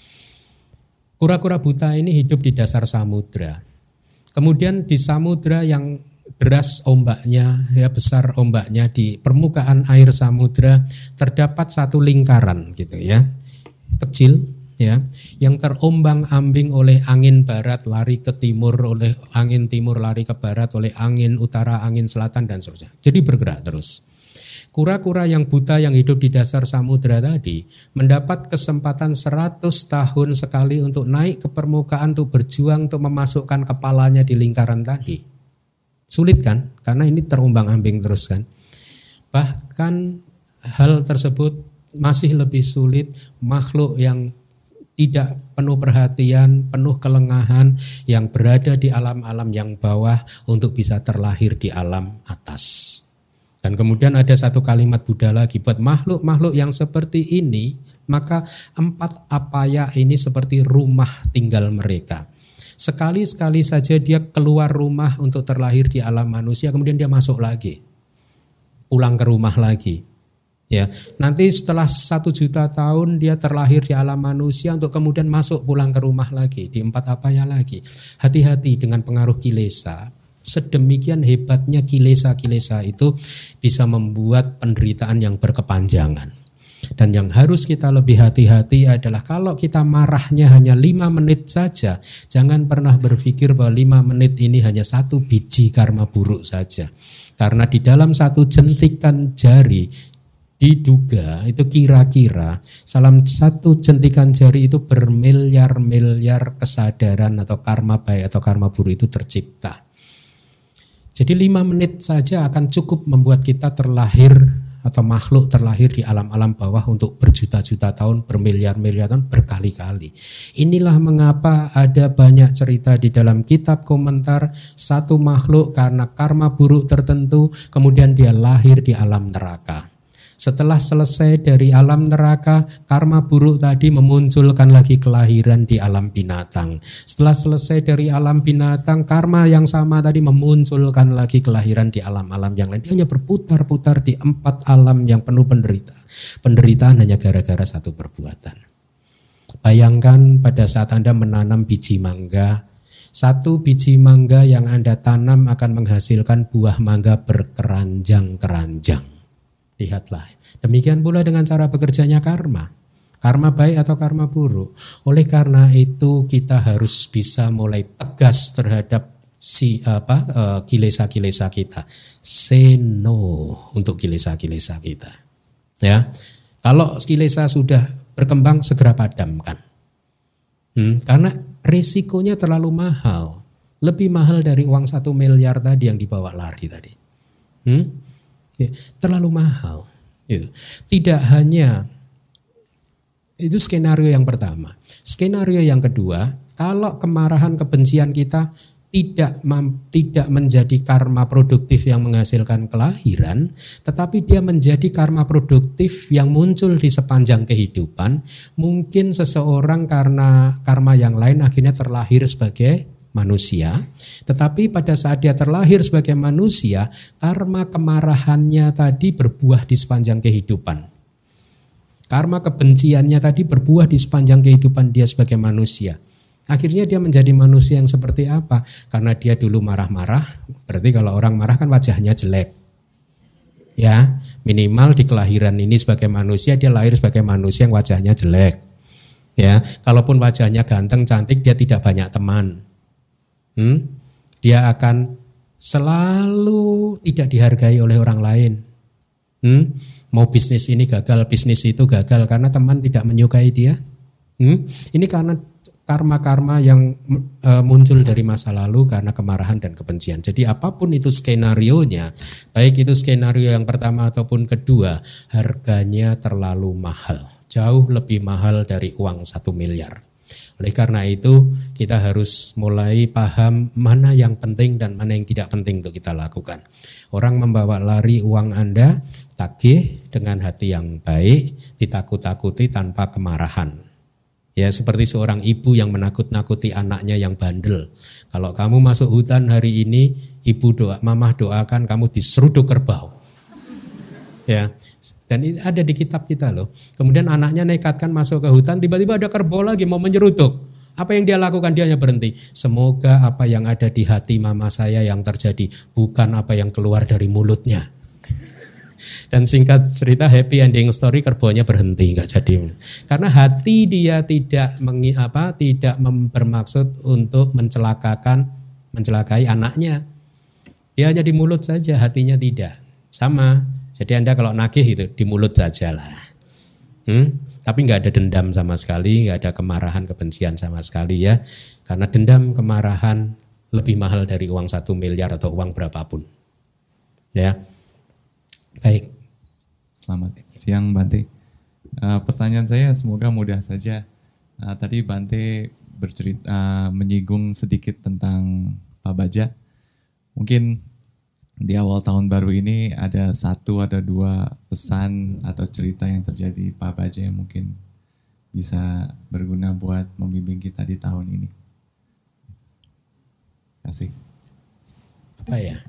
Kura-kura buta ini hidup di dasar samudra. Kemudian di samudra yang deras ombaknya, ya besar ombaknya, di permukaan air samudra terdapat satu lingkaran gitu ya, kecil ya, yang terombang-ambing oleh angin barat lari ke timur, oleh angin timur lari ke barat, oleh angin utara, angin selatan dan seterusnya. Jadi bergerak terus. Kura-kura yang buta yang hidup di dasar samudra tadi mendapat kesempatan seratus tahun sekali untuk naik ke permukaan, untuk berjuang, untuk memasukkan kepalanya di lingkaran tadi. Sulit kan? Karena ini terombang-ambing terus kan. Bahkan hal tersebut masih lebih sulit makhluk yang tidak penuh perhatian, penuh kelengahan, yang berada di alam-alam yang bawah untuk bisa terlahir di alam atas. Dan kemudian ada satu kalimat Buddha lagi, buat makhluk-makhluk yang seperti ini, maka empat apaya ini seperti rumah tinggal mereka. Sekali-sekali saja dia keluar rumah untuk terlahir di alam manusia, kemudian dia masuk lagi, pulang ke rumah lagi. Ya, nanti setelah satu juta tahun dia terlahir di alam manusia untuk kemudian masuk pulang ke rumah lagi, di empat apaya lagi. Hati-hati dengan pengaruh kilesa. Sedemikian hebatnya kilesa-kilesa itu bisa membuat penderitaan yang berkepanjangan. Dan yang harus kita lebih hati-hati adalah kalau kita marahnya hanya lima menit saja, jangan pernah berpikir bahwa lima menit ini hanya satu biji karma buruk saja. Karena di dalam satu jentikan jari diduga itu kira-kira salah satu jentikan jari itu bermiliar-miliar kesadaran atau karma baik atau karma buruk itu tercipta. Jadi lima menit saja akan cukup membuat kita terlahir atau makhluk terlahir di alam-alam bawah untuk berjuta-juta tahun, bermiliar-miliar tahun, berkali-kali. Inilah mengapa ada banyak cerita di dalam kitab komentar satu makhluk karena karma buruk tertentu kemudian dia lahir di alam neraka. Setelah selesai dari alam neraka, karma buruk tadi memunculkan lagi kelahiran di alam binatang. Setelah selesai dari alam binatang, karma yang sama tadi memunculkan lagi kelahiran di alam-alam yang lain. Dia hanya berputar-putar di empat alam yang penuh penderita. Penderitaan hanya gara-gara satu perbuatan. Bayangkan pada saat Anda menanam biji mangga, satu biji mangga yang Anda tanam akan menghasilkan buah mangga berkeranjang-keranjang. Lihatlah, demikian pula dengan cara bekerjanya karma. Karma baik atau karma buruk. Oleh karena itu kita harus bisa mulai tegas terhadap si apa uh, kilesa-kilesa kita. Say no untuk kilesa-kilesa kita. Ya, kalau kilesa sudah berkembang segera padamkan. Hmm, karena risikonya terlalu mahal, lebih mahal dari uang satu miliar tadi yang dibawa lari tadi. Hmm? Ya, terlalu mahal. Gitu. Tidak hanya itu skenario yang pertama. Skenario yang kedua, kalau kemarahan kebencian kita tidak tidak menjadi karma produktif yang menghasilkan kelahiran, tetapi dia menjadi karma produktif yang muncul di sepanjang kehidupan. Mungkin seseorang karena karma yang lain akhirnya terlahir sebagai manusia, tetapi pada saat dia terlahir sebagai manusia, karma kemarahannya tadi berbuah di sepanjang kehidupan. Karma kebenciannya tadi berbuah di sepanjang kehidupan dia sebagai manusia. Akhirnya dia menjadi manusia yang seperti apa? Karena dia dulu marah-marah, berarti kalau orang marah kan wajahnya jelek. Ya, minimal di kelahiran ini sebagai manusia dia lahir sebagai manusia yang wajahnya jelek. Ya, kalaupun wajahnya ganteng, cantik, dia tidak banyak teman. Hmm? Dia akan selalu tidak dihargai oleh orang lain. Hmm? Mau bisnis ini gagal, bisnis itu gagal karena teman tidak menyukai dia. Hmm? Ini karena karma-karma yang e, muncul dari masa lalu karena kemarahan dan kebencian. Jadi apapun itu skenarionya, baik itu skenario yang pertama ataupun kedua, harganya terlalu mahal. Jauh lebih mahal dari uang satu miliar. Oleh karena itu kita harus mulai paham mana yang penting dan mana yang tidak penting untuk kita lakukan. Orang membawa lari uang Anda, tagih dengan hati yang baik, ditakut-takuti tanpa kemarahan. Ya, seperti seorang ibu yang menakut-nakuti anaknya yang bandel. Kalau kamu masuk hutan hari ini, ibu doa, mamah doakan kamu diseruduk kerbau. Ya. Dan ini ada di kitab kita loh. Kemudian anaknya nekatkan masuk ke hutan, tiba-tiba ada kerbau lagi mau menyeruduk. Apa yang dia lakukan? Dia hanya berhenti. Semoga apa yang ada di hati mama saya yang terjadi, bukan apa yang keluar dari mulutnya. Dan singkat cerita, happy ending story, kerbaunya berhenti, nggak jadi. Karena hati dia tidak mengi, apa, tidak bermaksud untuk mencelakakan, mencelakai anaknya. Dia hanya di mulut saja, hatinya tidak. Sama. Jadi Anda kalau nagih itu di mulut saja lah. Hmm? Tapi nggak ada dendam sama sekali, nggak ada kemarahan, kebencian sama sekali ya. Karena dendam, kemarahan lebih mahal dari uang satu miliar atau uang berapapun. Ya, baik. Selamat siang Bante. Uh, pertanyaan saya semoga mudah saja. Uh, tadi Bante bercerita, uh, menyinggung sedikit tentang Pak Baja. Mungkin di awal tahun baru ini ada satu atau dua pesan atau cerita yang terjadi Pak Baja yang mungkin bisa berguna buat membimbing kita di tahun ini. Terima kasih. Apa ya?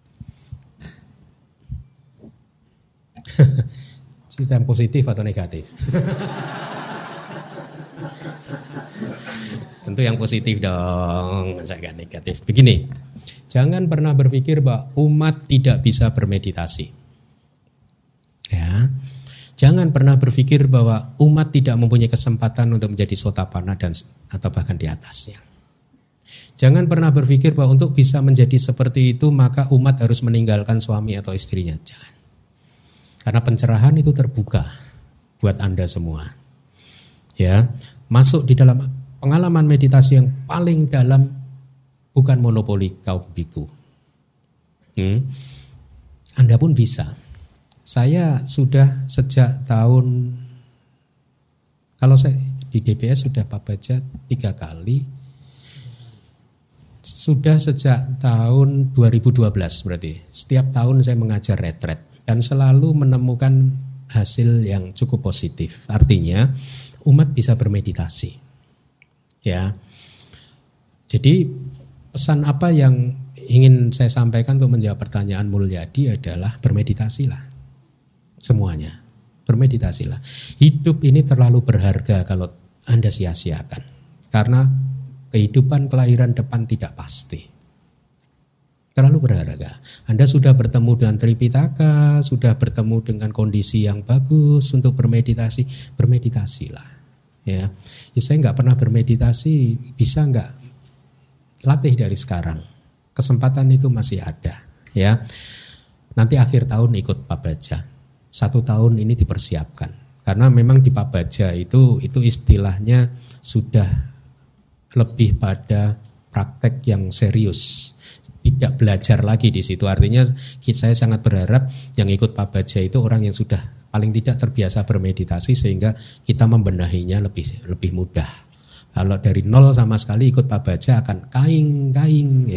Cerita yang positif atau negatif? Tentu yang positif dong, masa gak negatif. Begini, jangan pernah berpikir bahwa umat tidak bisa bermeditasi. Ya, jangan pernah berpikir bahwa umat tidak mempunyai kesempatan untuk menjadi sotapanna dan atau bahkan di atasnya. Jangan pernah berpikir bahwa untuk bisa menjadi seperti itu maka umat harus meninggalkan suami atau istrinya. Jangan. Karena pencerahan itu terbuka buat Anda semua. Ya, masuk di dalam pengalaman meditasi yang paling dalam, bukan monopoli kaum biku. Hmm. Anda pun bisa. Saya sudah sejak tahun, kalau saya di D B S sudah Pabaja tiga kali, sudah sejak tahun dua ribu dua belas berarti. Setiap tahun saya mengajar retret dan selalu menemukan hasil yang cukup positif. Artinya umat bisa bermeditasi. Ya. Jadi pesan apa yang ingin saya sampaikan untuk menjawab pertanyaan Mulyadi adalah bermeditasilah. Semuanya. Bermeditasilah. Hidup ini terlalu berharga kalau Anda sia-siakan. Karena kehidupan kelahiran depan tidak pasti. Terlalu berharga. Anda sudah bertemu dengan Tripitaka, sudah bertemu dengan kondisi yang bagus untuk bermeditasi, bermeditasilah. Ya, ya saya nggak pernah bermeditasi, bisa nggak latih dari sekarang? Kesempatan itu masih ada. Ya, nanti akhir tahun ikut Pabaja. Satu tahun ini dipersiapkan. Karena memang di Pabaja itu itu istilahnya sudah lebih pada praktek yang serius. Tidak belajar lagi di situ. Artinya saya sangat berharap yang ikut Pabaja itu orang yang sudah paling tidak terbiasa bermeditasi sehingga kita membenahinya lebih lebih mudah. Kalau dari nol sama sekali ikut Pabaja akan kaing-kaing. Ya.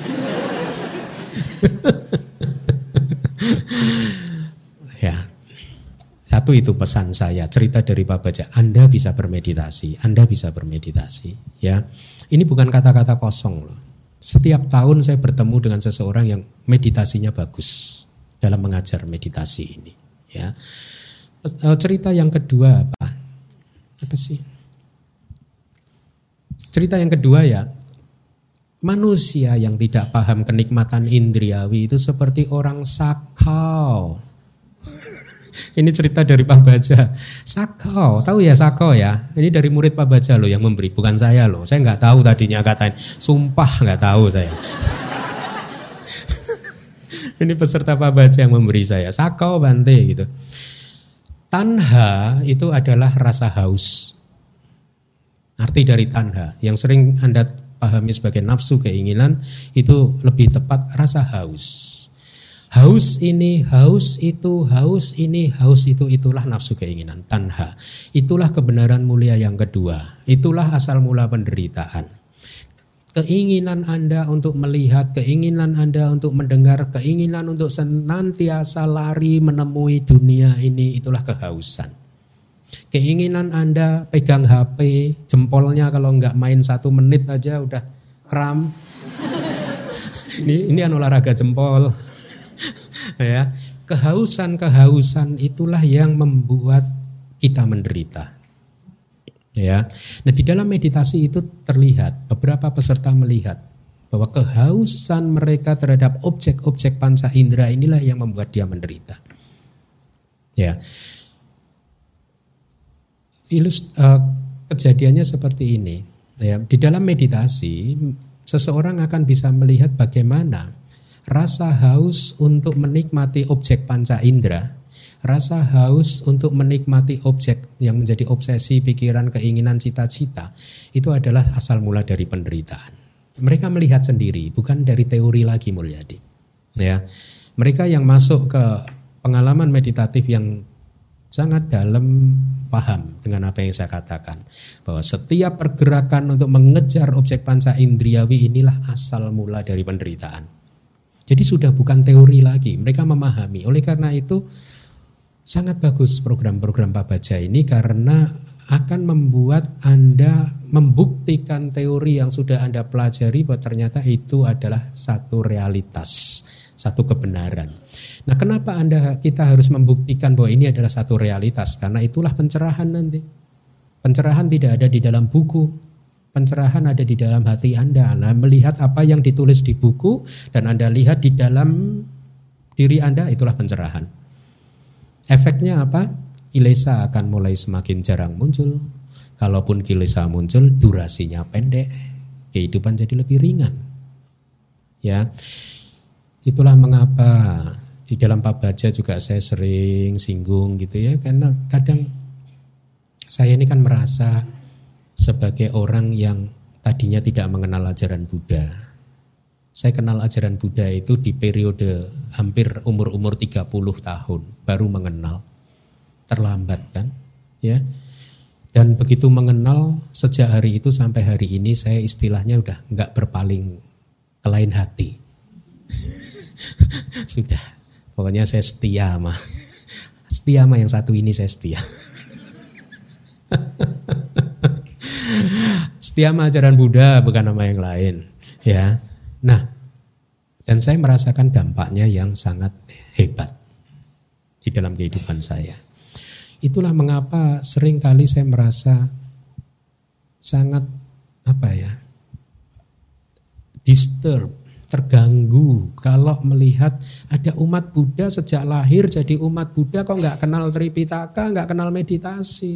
Ya. Satu itu pesan saya, cerita dari Pabaja. Anda bisa bermeditasi, Anda bisa bermeditasi. Ya, ini bukan kata-kata kosong loh. Setiap tahun saya bertemu dengan seseorang yang meditasinya bagus dalam mengajar meditasi ini. Ya, cerita yang kedua apa? Apa sih? Cerita yang kedua ya, manusia yang tidak paham kenikmatan indriawi itu seperti orang sakau. Ini cerita dari Pabaja. Sakau, tahu ya sakau ya? Ini dari murid Pabaja loh yang memberi, bukan saya loh. Saya nggak tahu tadinya katain, sumpah nggak tahu saya. Ini peserta Pabaja yang memberi saya. Sakau Bante gitu. Tanha itu adalah rasa haus. Arti dari tanha yang sering Anda pahami sebagai nafsu keinginan itu lebih tepat rasa haus. Haus ini, haus itu, haus ini, haus itu, itulah nafsu keinginan, tanha. Itulah kebenaran mulia yang kedua. Itulah asal mula penderitaan. Keinginan Anda untuk melihat, keinginan Anda untuk mendengar, keinginan untuk senantiasa lari menemui dunia ini, itulah kehausan. Keinginan Anda pegang H P, jempolnya kalau nggak main satu menit aja udah kram. Ini, ini anu olahraga jempol. Ya, kehausan-kehausan itulah yang membuat kita menderita. Ya. Nah, di dalam meditasi itu terlihat, beberapa peserta melihat bahwa kehausan mereka terhadap objek-objek panca indera inilah yang membuat dia menderita. Ya. Ilust, uh, kejadiannya seperti ini. Ya, di dalam meditasi seseorang akan bisa melihat bagaimana rasa haus untuk menikmati objek panca indera, rasa haus untuk menikmati objek yang menjadi obsesi, pikiran, keinginan, cita-cita, itu adalah asal mula dari penderitaan. Mereka melihat sendiri, bukan dari teori lagi Mulyadi. Ya, mereka yang masuk ke pengalaman meditatif yang sangat dalam paham dengan apa yang saya katakan, bahwa setiap pergerakan untuk mengejar objek panca indriawi inilah asal mula dari penderitaan. Jadi sudah bukan teori lagi, mereka memahami. Oleh karena itu sangat bagus program-program Pabaja ini karena akan membuat Anda membuktikan teori yang sudah Anda pelajari bahwa ternyata itu adalah satu realitas, satu kebenaran. Nah, kenapa Anda kita harus membuktikan bahwa ini adalah satu realitas? Karena itulah pencerahan nanti. Pencerahan tidak ada di dalam buku. Pencerahan ada di dalam hati Anda. Nah, melihat apa yang ditulis di buku dan Anda lihat di dalam diri Anda, itulah pencerahan. Efeknya apa? Kilesa akan mulai semakin jarang muncul. Kalaupun kilesa muncul, durasinya pendek. Kehidupan jadi lebih ringan. Ya, itulah mengapa di di dalam Pabaja juga saya sering singgung gitu ya, karena kadang saya ini kan merasa sebagai orang yang tadinya tidak mengenal ajaran Buddha. Saya kenal ajaran Buddha itu di periode hampir umur-umur tiga puluh tahun baru mengenal. Terlambat kan? Ya. Dan begitu mengenal, sejak hari itu sampai hari ini saya istilahnya udah enggak berpaling ke lain hati. Sudah. Pokoknya saya setia sama setia sama yang satu ini, saya setia. Setia sama ajaran Buddha, bukan sama yang lain, ya. Nah, dan saya merasakan dampaknya yang sangat hebat di dalam kehidupan saya. Itulah mengapa sering kali saya merasa sangat apa ya, disturb, terganggu kalau melihat ada umat Buddha sejak lahir jadi umat Buddha kok nggak kenal Tripitaka, nggak kenal meditasi.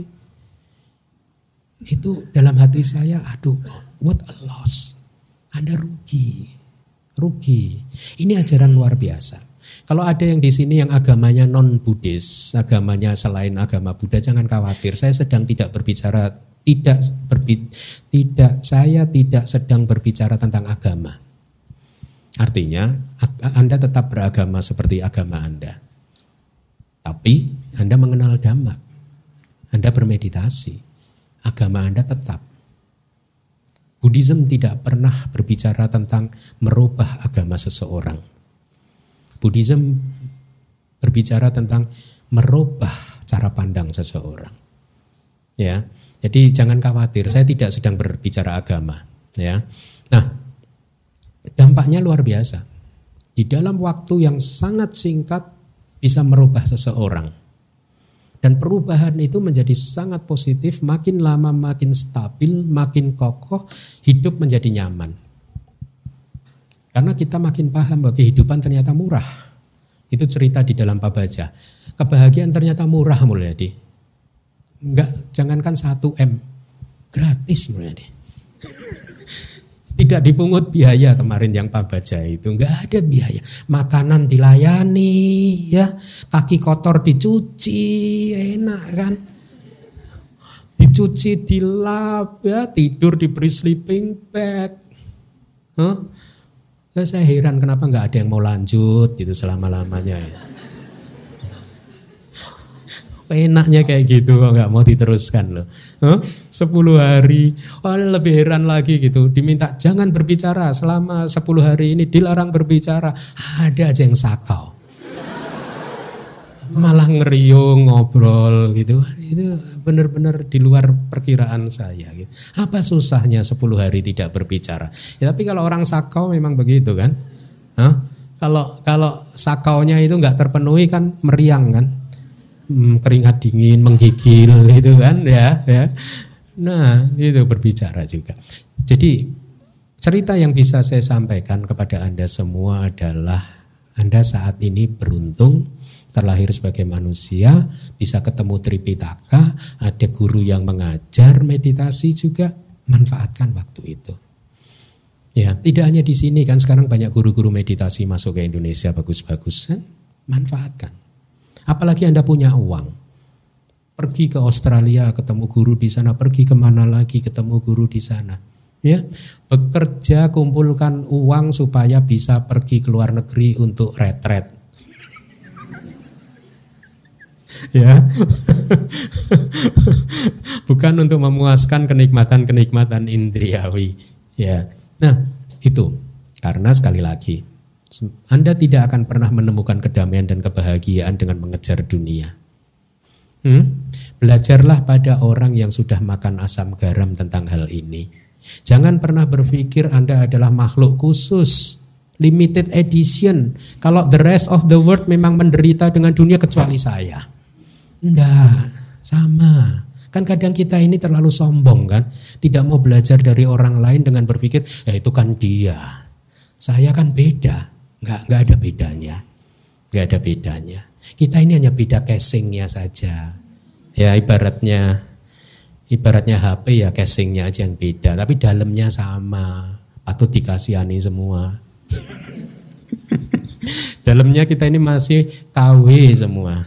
Itu dalam hati saya, aduh, what a loss. Anda rugi, rugi. Ini ajaran luar biasa. Kalau ada yang di sini yang agamanya non Buddhis, agamanya selain agama Buddha, jangan khawatir. Saya sedang tidak berbicara, tidak berbi, tidak, saya tidak sedang berbicara tentang agama. Artinya Anda tetap beragama seperti agama Anda, tapi Anda mengenal Dhamma, Anda bermeditasi, agama Anda tetap. Buddhism tidak pernah berbicara tentang merubah agama seseorang. Buddhism berbicara tentang merubah cara pandang seseorang. Ya, jadi jangan khawatir, saya tidak sedang berbicara agama. Ya, nah, dampaknya luar biasa. Di dalam waktu yang sangat singkat bisa merubah seseorang. Dan perubahan itu menjadi sangat positif, makin lama makin stabil, makin kokoh, hidup menjadi nyaman. Karena kita makin paham bahwa kehidupan ternyata murah. Itu cerita di dalam Pabaja. Kebahagiaan ternyata murah, Mulyadi. Enggak, jangankan satu M, gratis Mulyadi. Tidak dipungut biaya kemarin yang Pabaja itu, enggak ada biaya. Makanan dilayani, ya, kaki kotor dicuci, enak kan? Dicuci, dilap, ya, tidur diberi sleeping bag. Huh? Saya heran kenapa enggak ada yang mau lanjut gitu selama-lamanya. Enaknya kayak gitu kok nggak mau diteruskan loh. Huh? sepuluh hari, oh, lebih heran lagi gitu. Diminta jangan berbicara selama sepuluh hari ini, dilarang berbicara. Ada aja yang sakau. Malah ngeriung, ngobrol gitu. Itu benar-benar di luar perkiraan saya gitu. Apa susahnya sepuluh hari tidak berbicara? Ya, tapi kalau orang sakau memang begitu kan? Huh? Kalau kalau sakaunya itu nggak terpenuhi kan meriang kan? Hmm, keringat dingin, menggigil gitu kan ya, ya. Nah, itu berbicara juga. Jadi cerita yang bisa saya sampaikan kepada Anda semua adalah Anda saat ini beruntung terlahir sebagai manusia, bisa ketemu Tripitaka, ada guru yang mengajar meditasi juga, manfaatkan waktu itu. Ya, tidak hanya di sini kan, sekarang banyak guru-guru meditasi masuk ke Indonesia bagus-bagus kan, manfaatkan. Apalagi Anda punya uang, pergi ke Australia ketemu guru di sana, pergi kemana lagi ketemu guru di sana. Ya, bekerja kumpulkan uang supaya bisa pergi ke luar negeri untuk retret. Ya, bukan untuk memuaskan kenikmatan-kenikmatan indriawi. Ya, nah itu karena sekali lagi Anda tidak akan pernah menemukan kedamaian dan kebahagiaan dengan mengejar dunia. Hmm? Belajarlah pada orang yang sudah makan asam garam tentang hal ini. Jangan pernah berpikir Anda adalah makhluk khusus, limited edition. Kalau the rest of the world memang menderita dengan dunia kecuali saya. Enggak, sama. Kan kadang kita ini terlalu sombong kan, tidak mau belajar dari orang lain dengan berpikir, ya itu kan dia, saya kan beda. Enggak, enggak ada bedanya, enggak ada bedanya. Kita ini hanya beda casingnya saja. Ya ibaratnya, ibaratnya H P ya casingnya aja yang beda, tapi dalamnya sama, patut dikasihani semua. Dalamnya kita ini masih K W semua.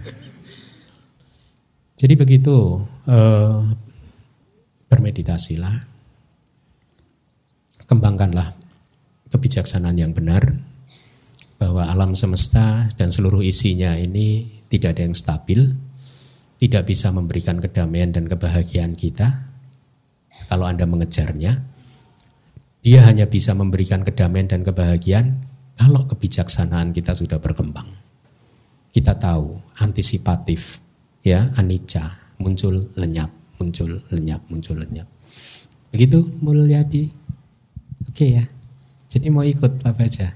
Jadi begitu, eh, bermeditasilah, kembangkanlah kebijaksanaan yang benar, bahwa alam semesta dan seluruh isinya ini tidak ada yang stabil, tidak bisa memberikan kedamaian dan kebahagiaan kita kalau Anda mengejarnya. Dia hanya bisa memberikan kedamaian dan kebahagiaan kalau kebijaksanaan kita sudah berkembang. Kita tahu, antisipatif, ya, anicca, muncul lenyap, muncul lenyap, muncul lenyap. Begitu Mulyadi? Oke ya. Jadi mau ikut Pak Baja?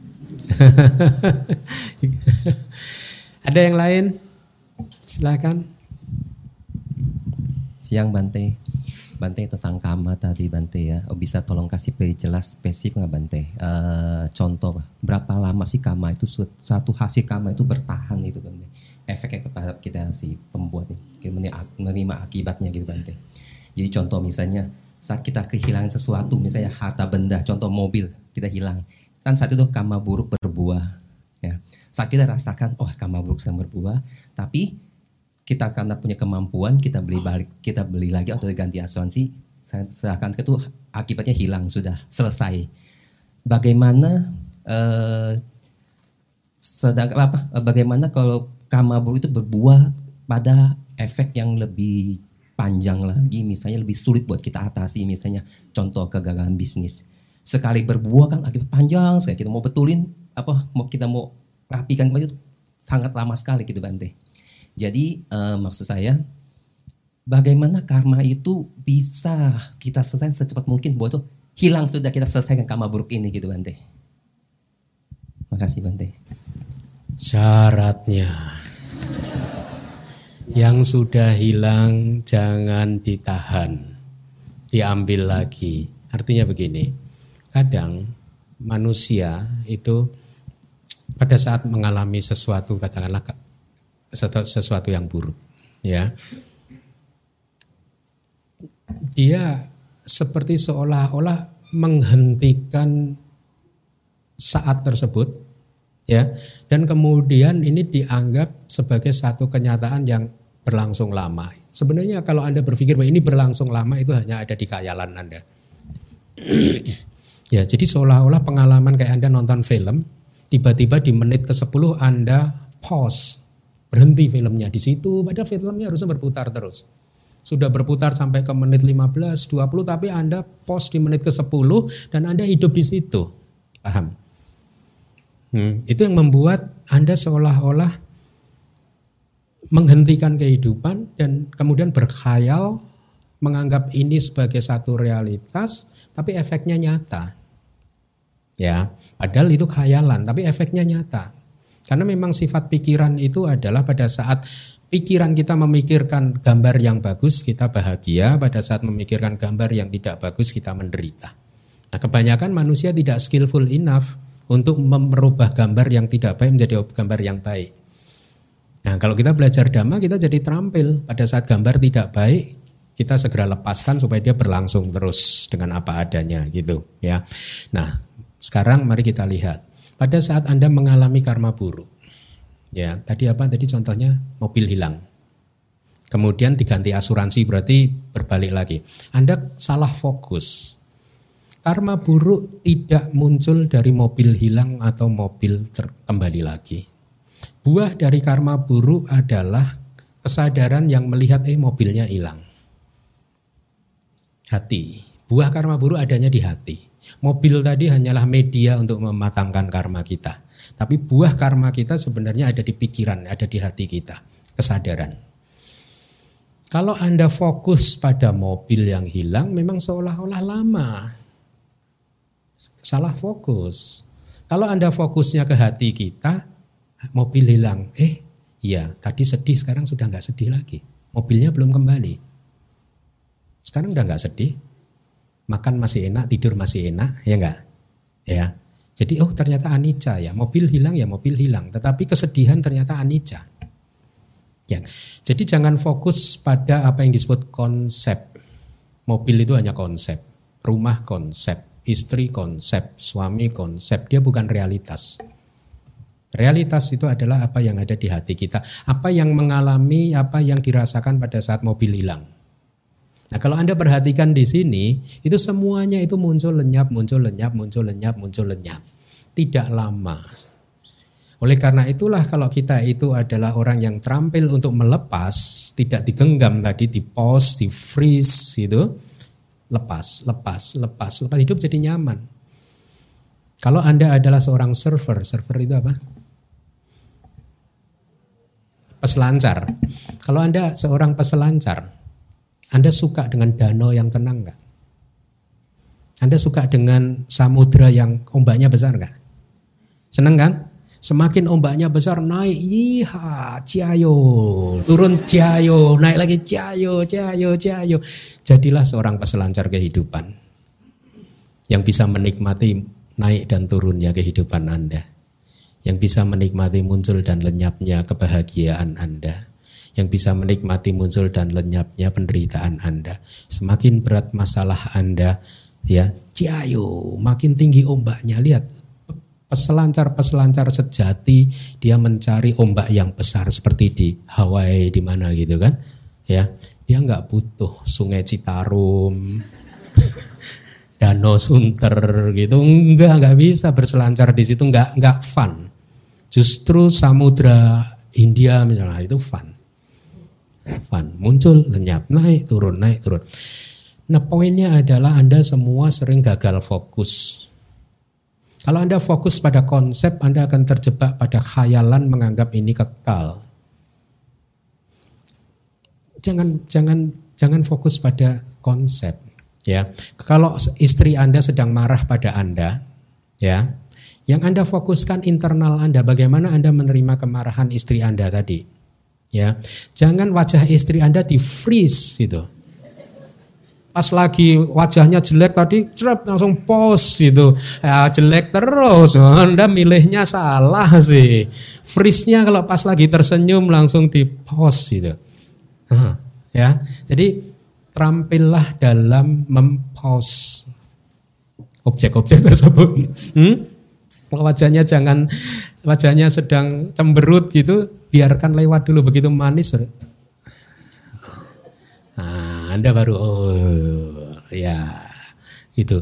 Ada yang lain? Silakan. Siang Bante. Bante tentang kama tadi Bante ya. Oh, bisa tolong kasih jelas spesifik nggak Bante? Uh, contoh berapa lama sih kama itu, satu hasil kama itu bertahan itu Bante? Efeknya kepada kita si pembuat nih, menerima akibatnya gitu Bante. Jadi contoh misalnya saat kita kehilangan sesuatu, misalnya harta benda, contoh mobil kita hilang, kan saat itu kama buruk berbuah. Ya. Saat kita rasakan, oh kama buruk sedang berbuah, tapi kita karena punya kemampuan kita beli balik, kita beli lagi atau ganti asuransi, seakan itu akibatnya hilang, sudah selesai. Bagaimana eh, sedang apa? Bagaimana kalau kama buruk itu berbuah pada efek yang lebih panjang lagi, misalnya lebih sulit buat kita atasi, misalnya contoh kegagalan bisnis. Sekali berbuah kan akibat panjang sekali, kita mau betulin apa, mau kita mau rapikan itu sangat lama sekali gitu Bante. Jadi uh, maksud saya, bagaimana karma itu bisa kita selesai secepat mungkin, buat itu hilang sudah, kita selesaikan karma buruk ini gitu Bante. Makasih Bante. Syaratnya, yang sudah hilang jangan ditahan, diambil lagi. Artinya begini, kadang manusia itu pada saat mengalami sesuatu, katakanlah sesuatu yang buruk, ya, dia seperti seolah-olah menghentikan saat tersebut, ya, dan kemudian ini dianggap sebagai satu kenyataan yang berlangsung lama. Sebenarnya kalau Anda berpikir bahwa ini berlangsung lama, itu hanya ada di khayalan Anda. Ya, jadi seolah-olah pengalaman kayak Anda nonton film, tiba-tiba di menit ke sepuluh Anda pause, berhenti filmnya di situ, padahal filmnya harusnya berputar terus. Sudah berputar sampai ke menit lima belas, dua puluh, tapi Anda pause di menit ke sepuluh dan Anda hidup di situ. Paham? Hmm, itu yang membuat Anda seolah-olah menghentikan kehidupan dan kemudian berkhayal, menganggap ini sebagai satu realitas, tapi efeknya nyata. Ya, padahal itu khayalan, tapi efeknya nyata. Karena memang sifat pikiran itu adalah pada saat pikiran kita memikirkan gambar yang bagus, kita bahagia. Pada saat memikirkan gambar yang tidak bagus, kita menderita. Nah, kebanyakan manusia tidak skillful enough untuk merubah gambar yang tidak baik menjadi gambar yang baik. Nah, kalau kita belajar Dhamma, kita jadi terampil. Pada saat gambar tidak baik, kita segera lepaskan supaya dia berlangsung terus dengan apa adanya gitu, ya. Nah, sekarang mari kita lihat. Pada saat Anda mengalami karma buruk, ya, tadi apa? Tadi contohnya mobil hilang. Kemudian diganti asuransi, berarti berbalik lagi. Anda salah fokus. Karma buruk tidak muncul dari mobil hilang atau mobil ter- kembali lagi. Buah dari karma buruk adalah kesadaran yang melihat eh mobilnya hilang. Hati. Buah karma buruk adanya di hati. Mobil tadi hanyalah media untuk mematangkan karma kita. Tapi buah karma kita sebenarnya ada di pikiran, ada di hati kita. Kesadaran. Kalau Anda fokus pada mobil yang hilang, memang seolah-olah lama. Salah fokus. Kalau Anda fokusnya ke hati kita, mobil hilang. Eh, iya, tadi sedih, sekarang sudah nggak sedih lagi. Mobilnya belum kembali. Sekarang udah nggak sedih. Makan masih enak, tidur masih enak, ya enggak? Ya. Jadi oh ternyata anicca ya, mobil hilang ya mobil hilang, tetapi kesedihan ternyata anicca. Ya. Jadi jangan fokus pada apa yang disebut konsep. Mobil itu hanya konsep, rumah konsep, istri konsep, suami konsep, dia bukan realitas. Realitas itu adalah apa yang ada di hati kita, apa yang mengalami, apa yang dirasakan pada saat mobil hilang. Nah, kalau Anda perhatikan di sini, itu semuanya itu muncul lenyap, muncul lenyap, muncul lenyap, muncul lenyap. Tidak lama. Oleh karena itulah kalau kita itu adalah orang yang terampil untuk melepas, tidak digenggam tadi, di pause, di freeze gitu, lepas, lepas, lepas, lepas, hidup jadi nyaman. Kalau Anda adalah seorang server, server itu apa? Peselancar. Kalau Anda seorang peselancar, Anda suka dengan danau yang tenang enggak? Anda suka dengan samudra yang ombaknya besar enggak? Senang kan? Semakin ombaknya besar naik, iha, ciayo, turun ciayo, naik lagi ciayo, ciayo, ciayo. Jadilah seorang peselancar kehidupan yang bisa menikmati naik dan turunnya kehidupan Anda, yang bisa menikmati muncul dan lenyapnya kebahagiaan Anda, yang bisa menikmati muncul dan lenyapnya penderitaan Anda. Semakin berat masalah Anda, ya, ciayo, makin tinggi ombaknya. Lihat, peselancar-peselancar sejati dia mencari ombak yang besar seperti di Hawaii di mana gitu kan, ya. Dia nggak butuh Sungai Citarum, Danau Sunter gitu, enggak, enggak bisa berselancar di situ, enggak, enggak fun. Justru Samudra India misalnya itu fun. Fun, muncul, lenyap, naik, turun, naik, turun. Nah, poinnya adalah Anda semua sering gagal fokus. Kalau Anda fokus pada konsep, Anda akan terjebak pada khayalan menganggap ini kekal. Jangan jangan jangan fokus pada konsep. Ya, kalau istri Anda sedang marah pada Anda, ya, yang Anda fokuskan internal Anda, bagaimana Anda menerima kemarahan istri Anda tadi, ya, jangan wajah istri Anda di freeze gitu. Pas lagi wajahnya jelek tadi, cerap langsung pause gitu, ya, jelek terus, Anda milihnya salah sih. Freeze-nya kalau pas lagi tersenyum langsung di pause gitu, nah, ya, jadi terampillah dalam mempause objek-objek tersebut. Hmm? Wajahnya jangan, wajahnya sedang cemberut gitu, biarkan lewat dulu, begitu manis. Nah, Anda baru, oh ya itu.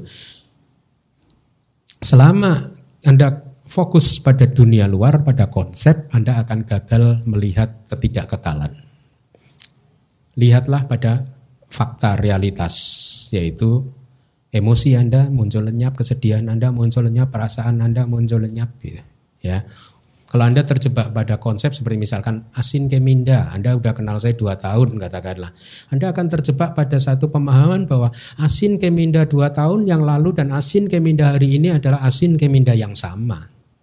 Selama Anda fokus pada dunia luar, pada konsep, Anda akan gagal melihat ketidakkekalan. Lihatlah pada fakta realitas, yaitu emosi Anda muncul lenyap, kesedihan Anda muncul lenyap, perasaan Anda muncul lenyap, gitu, ya. Kalau Anda terjebak pada konsep seperti misalkan asin keminda, Anda udah kenal saya dua tahun katakanlah, Anda akan terjebak pada satu pemahaman bahwa asin keminda dua tahun yang lalu dan asin keminda hari ini adalah asin keminda yang sama.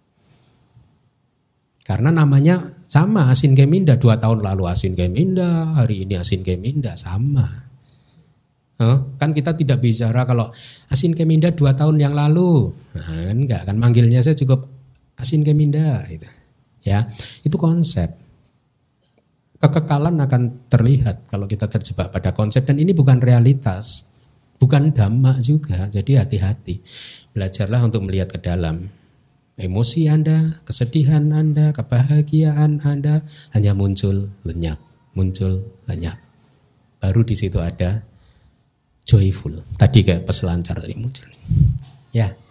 Karena namanya sama, asin keminda, dua tahun lalu asin keminda, hari ini asin keminda, sama. Oh, kan kita tidak bicara kalau asin keminda dua tahun yang lalu, nah, enggak, kan manggilnya saya cukup asin keminda gitu. Ya, itu konsep. Kekekalan akan terlihat kalau kita terjebak pada konsep, dan ini bukan realitas, bukan dhamma juga. Jadi hati-hati. Belajarlah untuk melihat ke dalam. Emosi Anda, kesedihan Anda, kebahagiaan Anda hanya muncul lenyap, muncul lenyap. Baru di situ ada joyful. Tadi kayak peselancar tadi muncul. Ya.